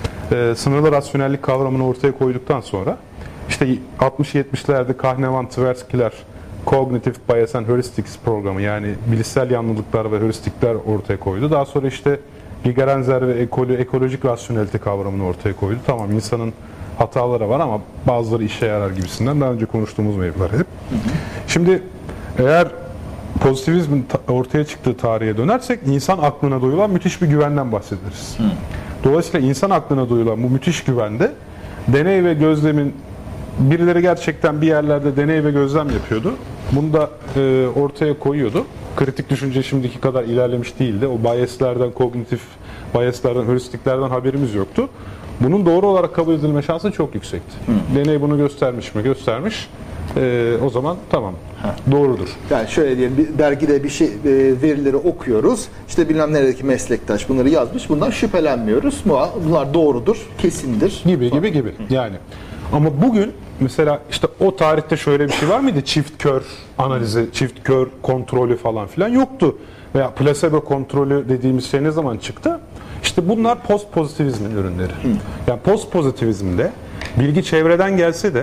e, sınırlı rasyonellik kavramını ortaya koyduktan sonra işte altmış yetmişlerde Kahneman, Tversky'ler Cognitive Bias and Heuristics programı yani bilişsel yanlılıklar ve heuristikler ortaya koydu. Daha sonra işte Gigerenzer ve ekolo, ekolojik rasyonelite kavramını ortaya koydu. Tamam insanın hataları var ama bazıları işe yarar gibisinden daha önce konuştuğumuz mevzular hep. Şimdi eğer pozitivizmin ortaya çıktığı tarihe dönersek insan aklına duyulan müthiş bir güvenden bahsederiz. Dolayısıyla insan aklına duyulan bu müthiş güvende deney ve gözlemin birileri gerçekten bir yerlerde deney ve gözlem yapıyordu. Bunu da e, ortaya koyuyordu. Kritik düşünce şimdiki kadar ilerlemiş değildi. O biaslerden, kognitif biaslerden, heuristiklerden haberimiz yoktu. Bunun doğru olarak kabul edilme şansı çok yüksekti. Hı. Deney bunu göstermiş mi? Göstermiş. E, o zaman tamam. Heh. Doğrudur. Yani şöyle diyelim, bir dergide bir şey e, verileri okuyoruz. İşte bilmem neredeki meslektaş bunları yazmış. Bundan şüphelenmiyoruz. Bunlar doğrudur, kesindir. Gibi gibi gibi. Yani ama bugün mesela işte o tarihte şöyle bir şey var mıydı? Çift kör analizi, çift kör kontrolü falan filan yoktu. Veya plasebo kontrolü dediğimiz şey ne zaman çıktı? İşte bunlar post pozitivizmin ürünleri. Hı. Yani post pozitivizmde bilgi çevreden gelse de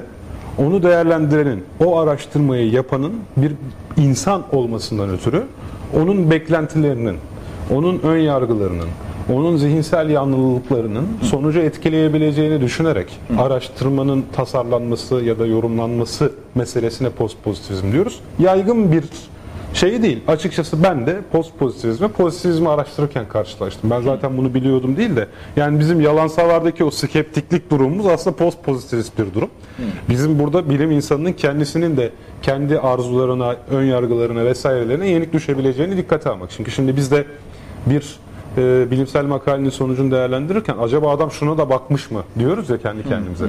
onu değerlendirenin, o araştırmayı yapanın bir insan olmasından ötürü onun beklentilerinin, onun ön yargılarının, onun zihinsel yanlılıklarının sonucu etkileyebileceğini düşünerek araştırmanın tasarlanması ya da yorumlanması meselesine postpozitivizm diyoruz. Yaygın bir şey değil. Açıkçası ben de postpozitivizmi, pozitivizmi araştırırken karşılaştım. Ben zaten bunu biliyordum değil de yani bizim yalansalardaki o skeptiklik durumumuz aslında postpozitivist bir durum. Bizim burada bilim insanının kendisinin de kendi arzularına, ön yargılarına vesairelerine yenik düşebileceğini dikkate almak. Çünkü şimdi biz de bir e, bilimsel makalenin sonucunu değerlendirirken acaba adam şuna da bakmış mı diyoruz ya kendi kendimize.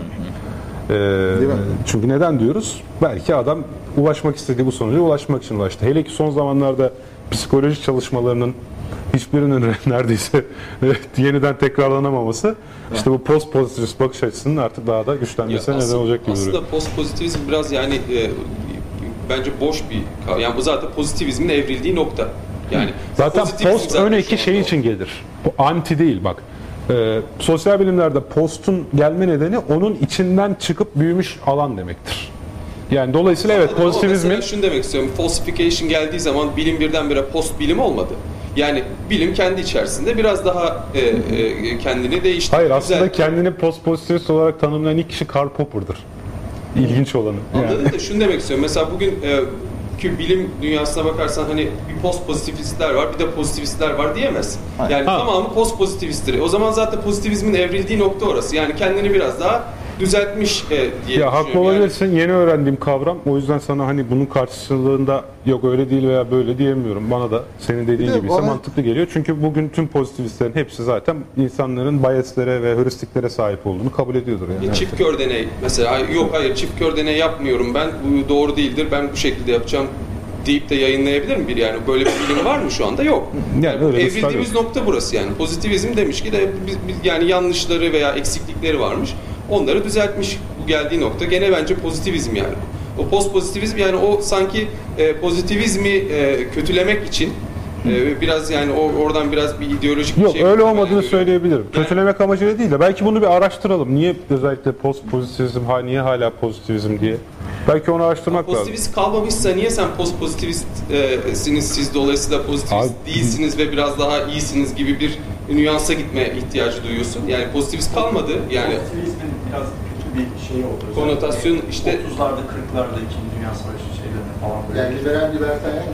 Ee, çünkü neden diyoruz? Belki adam ulaşmak istediği bu sonuca ulaşmak için ulaştı. Hele ki son zamanlarda psikoloji çalışmalarının hiçbirinin neredeyse yeniden tekrarlanamaması işte bu post pozitivist bakış açısının artık daha da güçlenmesine neden olacak gibi duruyor. Aslında post pozitivizm biraz yani e, bence boş bir yani bu zaten pozitivizmin evrildiği nokta. Yani zaten post ön eki şey için gelir. Bu anti değil bak. Ee, sosyal bilimlerde postun gelme nedeni onun içinden çıkıp büyümüş alan demektir. Yani dolayısıyla evet pozitivizmin... Şunu demek istiyorum, falsification geldiği zaman bilim birdenbire post bilim olmadı. Yani bilim kendi içerisinde biraz daha e, e, kendini değiştirdi. Hayır aslında güzel. Kendini post pozitivist olarak tanımlayan ilk kişi Karl Popper'dır. İlginç olanı. Anladın yani. da şunu demek istiyorum. Mesela bugün e, ki bilim dünyasına bakarsan hani bir post pozitivistler var, bir de pozitivistler var diyemezsin. Yani ha. Tamamı post pozitivisttir. O zaman zaten pozitivizmin evrildiği nokta orası. Yani kendini biraz daha düzeltmiş e, diye ya haklı olabilirsin. Yani. Yeni öğrendiğim kavram. O yüzden sana hani bunun karşılığında yok öyle değil veya böyle diyemiyorum. Bana da senin dediğin gibi ise bana... mantıklı geliyor. Çünkü bugün tüm pozitivistlerin hepsi zaten insanların biaslere ve heuristiklere sahip olduğunu kabul ediyordur. Yani. E, çift kör deney mesela. Yok hayır çift kör deney yapmıyorum ben. Bu doğru değildir. Ben bu şekilde yapacağım deyip de yayınlayabilir mi bir yani? Böyle bir bilim var mı şu anda? Yok. Yani öyle evrildiğimiz nokta burası yani. Pozitivizm demiş ki de biz, biz, yani yanlışları veya eksiklikleri varmış. Onları düzeltmiş bu geldiği nokta. Gene bence pozitivizm yani. O post pozitivizm yani o sanki e, pozitivizmi e, kötülemek için e, biraz yani o oradan biraz bir ideolojik Yok, bir şey. Yok öyle olmadığını yani, söyleyebilirim. Yani, kötülemek amacıyla değil de belki bunu bir araştıralım. Niye özellikle post pozitivizm, ha niye hala pozitivizm diye. Belki onu araştırmak lazım. Pozitivist kalmamışsa niye sen post pozitivistsiniz siz dolayısıyla pozitivist Abi, değilsiniz ve biraz daha iyisiniz gibi bir nüansa gitme ihtiyacı duyuyorsun. Yani pozitivist kalmadı. Yani pozitivizmin biraz kötü bir şey oldu. Konotasyon işte otuzlarda kırklarda ikinci Dünya Savaşı şeylerine falan böyle. Yani liberal libertaryen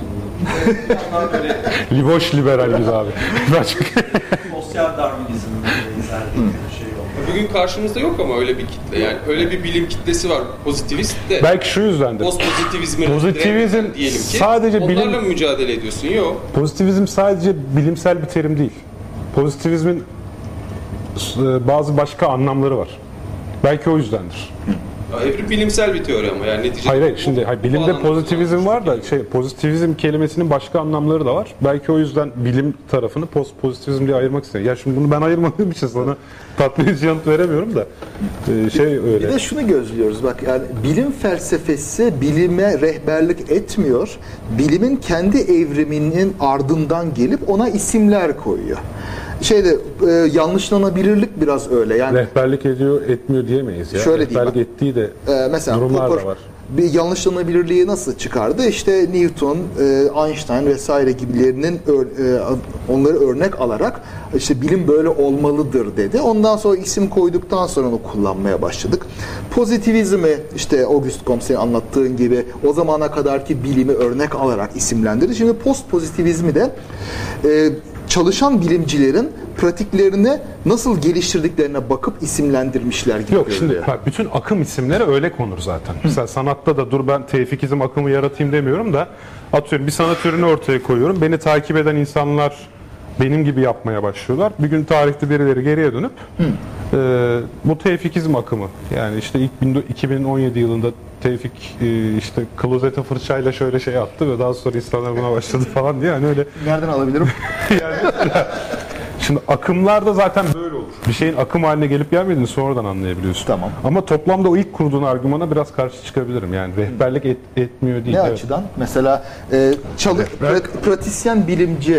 gibi. Liboş liberal gibi abi. Sosyal Darwinizm'in benzer bir şey oldu. Bugün karşımızda yok ama öyle bir kitle. Yani öyle bir bilim kitlesi var pozitivist de. Belki şu yüzdendir. Post pozitivizmi pozitivizm diyelim ki. Sadece onlarla bilim... mı mücadele ediyorsun? Yok. Pozitivizm sadece bilimsel bir terim değil. Pozitivizmin bazı başka anlamları var. Belki o yüzdendir. Ya, evrim bilimsel bir teori ama yani neticede. Hayır hayır şimdi hayır, bilimde pozitivizm var da şey pozitivizm kelimesinin başka anlamları da var. Belki o yüzden bilim tarafını post pozitivizm diye ayırmak istiyor. Ya şimdi bunu ben ayırmadığım için sana tatmin edici yanıt veremiyorum da ee, şey öyle. Bir de şunu gözlüyoruz bak yani bilim felsefesi bilime rehberlik etmiyor. Bilimin kendi evriminin ardından gelip ona isimler koyuyor. Şeyde e, yanlışlanabilirlik biraz öyle. Yani rehberlik ediyor, etmiyor diyemeyiz ya. Şöyle rehberlik diyeyim, ettiği de e, mesela durumlar Popper, da var. Bir yanlışlanabilirliği nasıl çıkardı? İşte Newton, e, Einstein vesaire gibilerinin ör, e, onları örnek alarak işte bilim böyle olmalıdır dedi. Ondan sonra isim koyduktan sonra onu kullanmaya başladık. Pozitivizmi işte Auguste Comte'nin anlattığın gibi o zamana kadarki bilimi örnek alarak isimlendirdi. Şimdi post pozitivizmi de e, çalışan bilimcilerin pratiklerini nasıl geliştirdiklerine bakıp isimlendirmişler gibi. Yok şimdi bak, bütün akım isimleri öyle konur zaten. Hı. Mesela sanatta da dur ben tevfikizm akımı yaratayım demiyorum da atıyorum bir sanat ürünü ortaya koyuyorum. Beni takip eden insanlar benim gibi yapmaya başlıyorlar. Bir gün tarihte birileri geriye dönüp e, bu tevfikizm akımı yani işte ilk iki bin on yedi yılında Tevfik e, işte klozete fırçayla şöyle şey attı ve daha sonra insanlar buna başladı falan diye hani öyle. Nereden alabilirim? yani, şimdi akımlarda zaten böyle olur. Bir şeyin akım haline gelip gelmediğini sonradan anlayabiliyorsun. Tamam. Ama toplamda o ilk kurduğun argümana biraz karşı çıkabilirim. Yani rehberlik et, etmiyor değil. Ne evet. açıdan? Mesela e, çalı, pra, pratisyen bilimci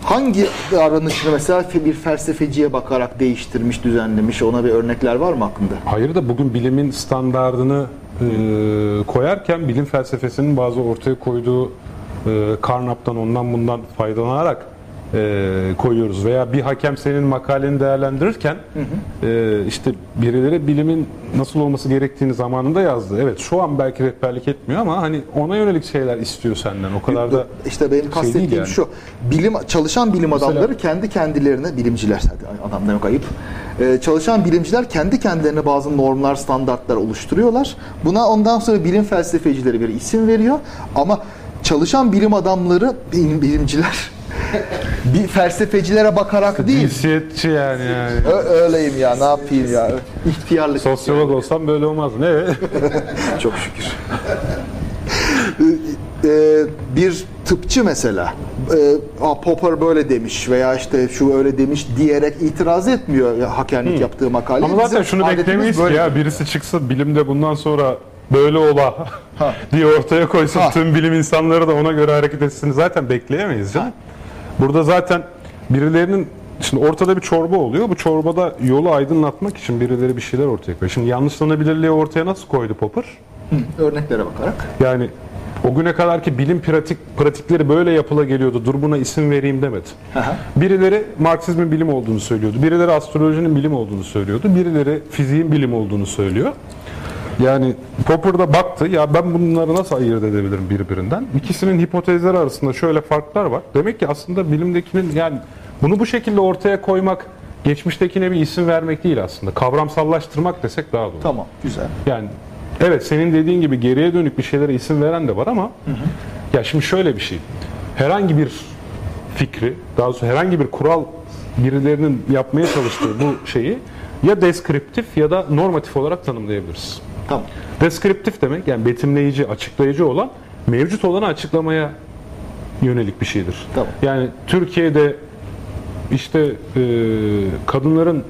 hangi davranışını mesela bir felsefeciye bakarak değiştirmiş, düzenlemiş, ona bir örnekler var mı aklında? Hayır da bugün bilimin standardını e, koyarken bilim felsefesinin bazı ortaya koyduğu e, Carnap'tan ondan bundan faydalanarak e, koyuyoruz. Veya bir hakem senin makaleni değerlendirirken hı hı. E, işte birileri bilimin nasıl olması gerektiğini zamanında yazdı. Evet şu an belki rehberlik etmiyor ama hani ona yönelik şeyler istiyor senden. O kadar da işte benim kastettiğim şey yani. şu. Bilim çalışan bilim Mesela, adamları kendi kendilerine bilimciler adam demek ayıp. Ee, çalışan bilimciler kendi kendilerine bazı normlar, standartlar oluşturuyorlar. Buna ondan sonra bilim felsefecileri bir isim veriyor. Ama çalışan bilim adamları, bilim, bilimciler bir felsefecilere bakarak değil. Cinsiyetçi yani. yani. Ö- öyleyim ya, ne yapayım ya. İhtiyarlık. Sosyolog yani. Olsam böyle olmaz. Ne? Çok şükür. ee, bir tıpçı mesela e, Popper böyle demiş veya işte şu öyle demiş diyerek itiraz etmiyor hakemlik hmm. yaptığı makale. Ama zaten şunu beklemeyiz ki ya birisi çıksa bilimde bundan sonra böyle ola diye ortaya koysun ha. tüm bilim insanları da ona göre hareket etsin zaten bekleyemeyiz canım. Ha. Burada zaten birilerinin şimdi ortada bir çorba oluyor. Bu çorbada yolu aydınlatmak için birileri bir şeyler ortaya koyuyor. Şimdi yanlışlanabilirliği ortaya nasıl koydu Popper? Hı, örneklere bakarak. Yani o güne kadarki bilim pratik pratikleri böyle yapıla geliyordu. Dur buna isim vereyim demedi. Aha. Birileri Marksizmin bilim olduğunu söylüyordu. Birileri astrolojinin bilim olduğunu söylüyordu. Birileri fiziğin bilim olduğunu söylüyor. Yani Popper da baktı, ya ben bunları nasıl ayırt edebilirim birbirinden? İkisinin hipotezleri arasında şöyle farklar var. Demek ki aslında bilimdekinin, yani bunu bu şekilde ortaya koymak, geçmiştekine bir isim vermek değil aslında. Kavramsallaştırmak desek daha doğru. Tamam, güzel. Yani evet, senin dediğin gibi geriye dönük bir şeylere isim veren de var ama hı hı. ya şimdi şöyle bir şey. Herhangi bir fikri, daha doğrusu herhangi bir kural birilerinin yapmaya çalıştığı bu şeyi ya deskriptif ya da normatif olarak tanımlayabiliriz. Tamam. Deskriptif demek yani betimleyici, açıklayıcı olan, mevcut olanı açıklamaya yönelik bir şeydir. Tamam. Yani Türkiye'de işte e, kadınların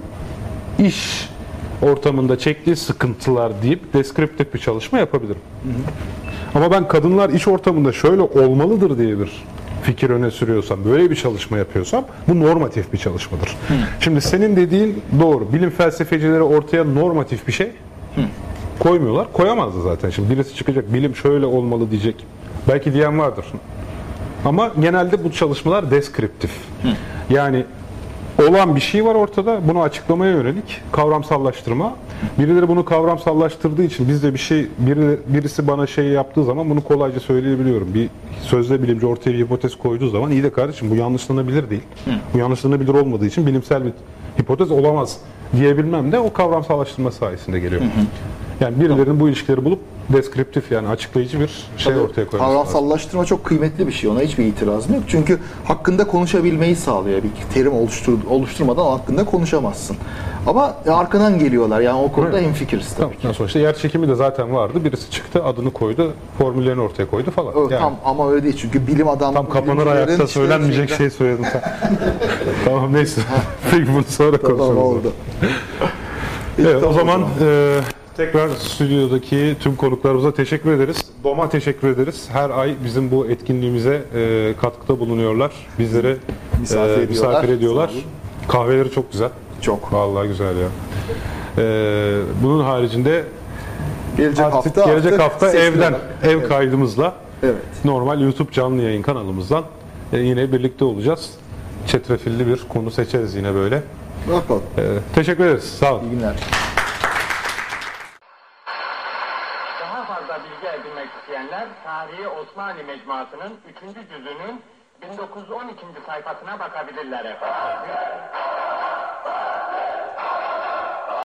iş ortamında çektiği sıkıntılar deyip deskriptif bir çalışma yapabilirim. Hı hı. Ama ben kadınlar iş ortamında şöyle olmalıdır diye bir fikir öne sürüyorsam, böyle bir çalışma yapıyorsam bu normatif bir çalışmadır. Hı. Şimdi senin dediğin doğru. Bilim felsefecileri ortaya normatif bir şey Hı. koymuyorlar. Koyamazdı zaten. Şimdi birisi çıkacak, bilim şöyle olmalı diyecek. Belki diyen vardır. Ama genelde bu çalışmalar deskriptif. Hı. Yani olan bir şey var ortada, bunu açıklamaya yönelik kavramsallaştırma. Birileri bunu kavramsallaştırdığı için biz de bir şey, biri, birisi bana şey yaptığı zaman bunu kolayca söyleyebiliyorum. Bir sözde bilimci ortaya bir hipotez koyduğu zaman iyi de kardeşim bu yanlışlanabilir değil. Hı. Bu yanlışlanabilir olmadığı için bilimsel bir hipotez olamaz diyebilmem de o kavramsallaştırma sayesinde geliyor. Hı hı. Yani birilerinin bu ilişkileri bulup deskriptif, yani açıklayıcı bir şey Tabii, ortaya koyması kavramsallaştırma lazım. Çok kıymetli bir şey. Ona hiçbir itirazım yok. Çünkü hakkında konuşabilmeyi sağlıyor. Bir terim oluştur, oluşturmadan hakkında konuşamazsın. Ama arkadan geliyorlar. Yani o konuda evet. hemfikiriz tabii tamam. ki. Yani sonuçta yer çekimi de zaten vardı. Birisi çıktı, adını koydu, formüllerini ortaya koydu falan. Evet, yani. Tam ama öyle değil. Çünkü bilim adamı... Tam kapanır ayakta söylenmeyecek şeyden... şey söyledim. Tamam neyse. Peki bunu sonra tamam, konuşuruz. oldu. Evet, tamam, o zaman... E, tekrar stüdyodaki tüm konuklarımıza teşekkür ederiz. D O M''a teşekkür ederiz. Her ay bizim bu etkinliğimize e, katkıda bulunuyorlar. Bizlere misafir e, ediyorlar. Misafir ediyorlar. Kahveleri çok güzel. Çok. Vallahi güzel ya. E, bunun haricinde gelecek artık hafta, gelecek hafta evden, ev evet. kaydımızla evet. normal YouTube canlı yayın kanalımızdan e, yine birlikte olacağız. Çetrefilli bir konu seçeriz yine böyle. Bakalım. E, teşekkür ederiz. Sağ olun. İyi günler. Bilgi edinmek isteyenler Tarihi Osmanlı Mecmuası'nın üçüncü cüzünün bin dokuz yüz on ikinci sayfasına bakabilirler efendim.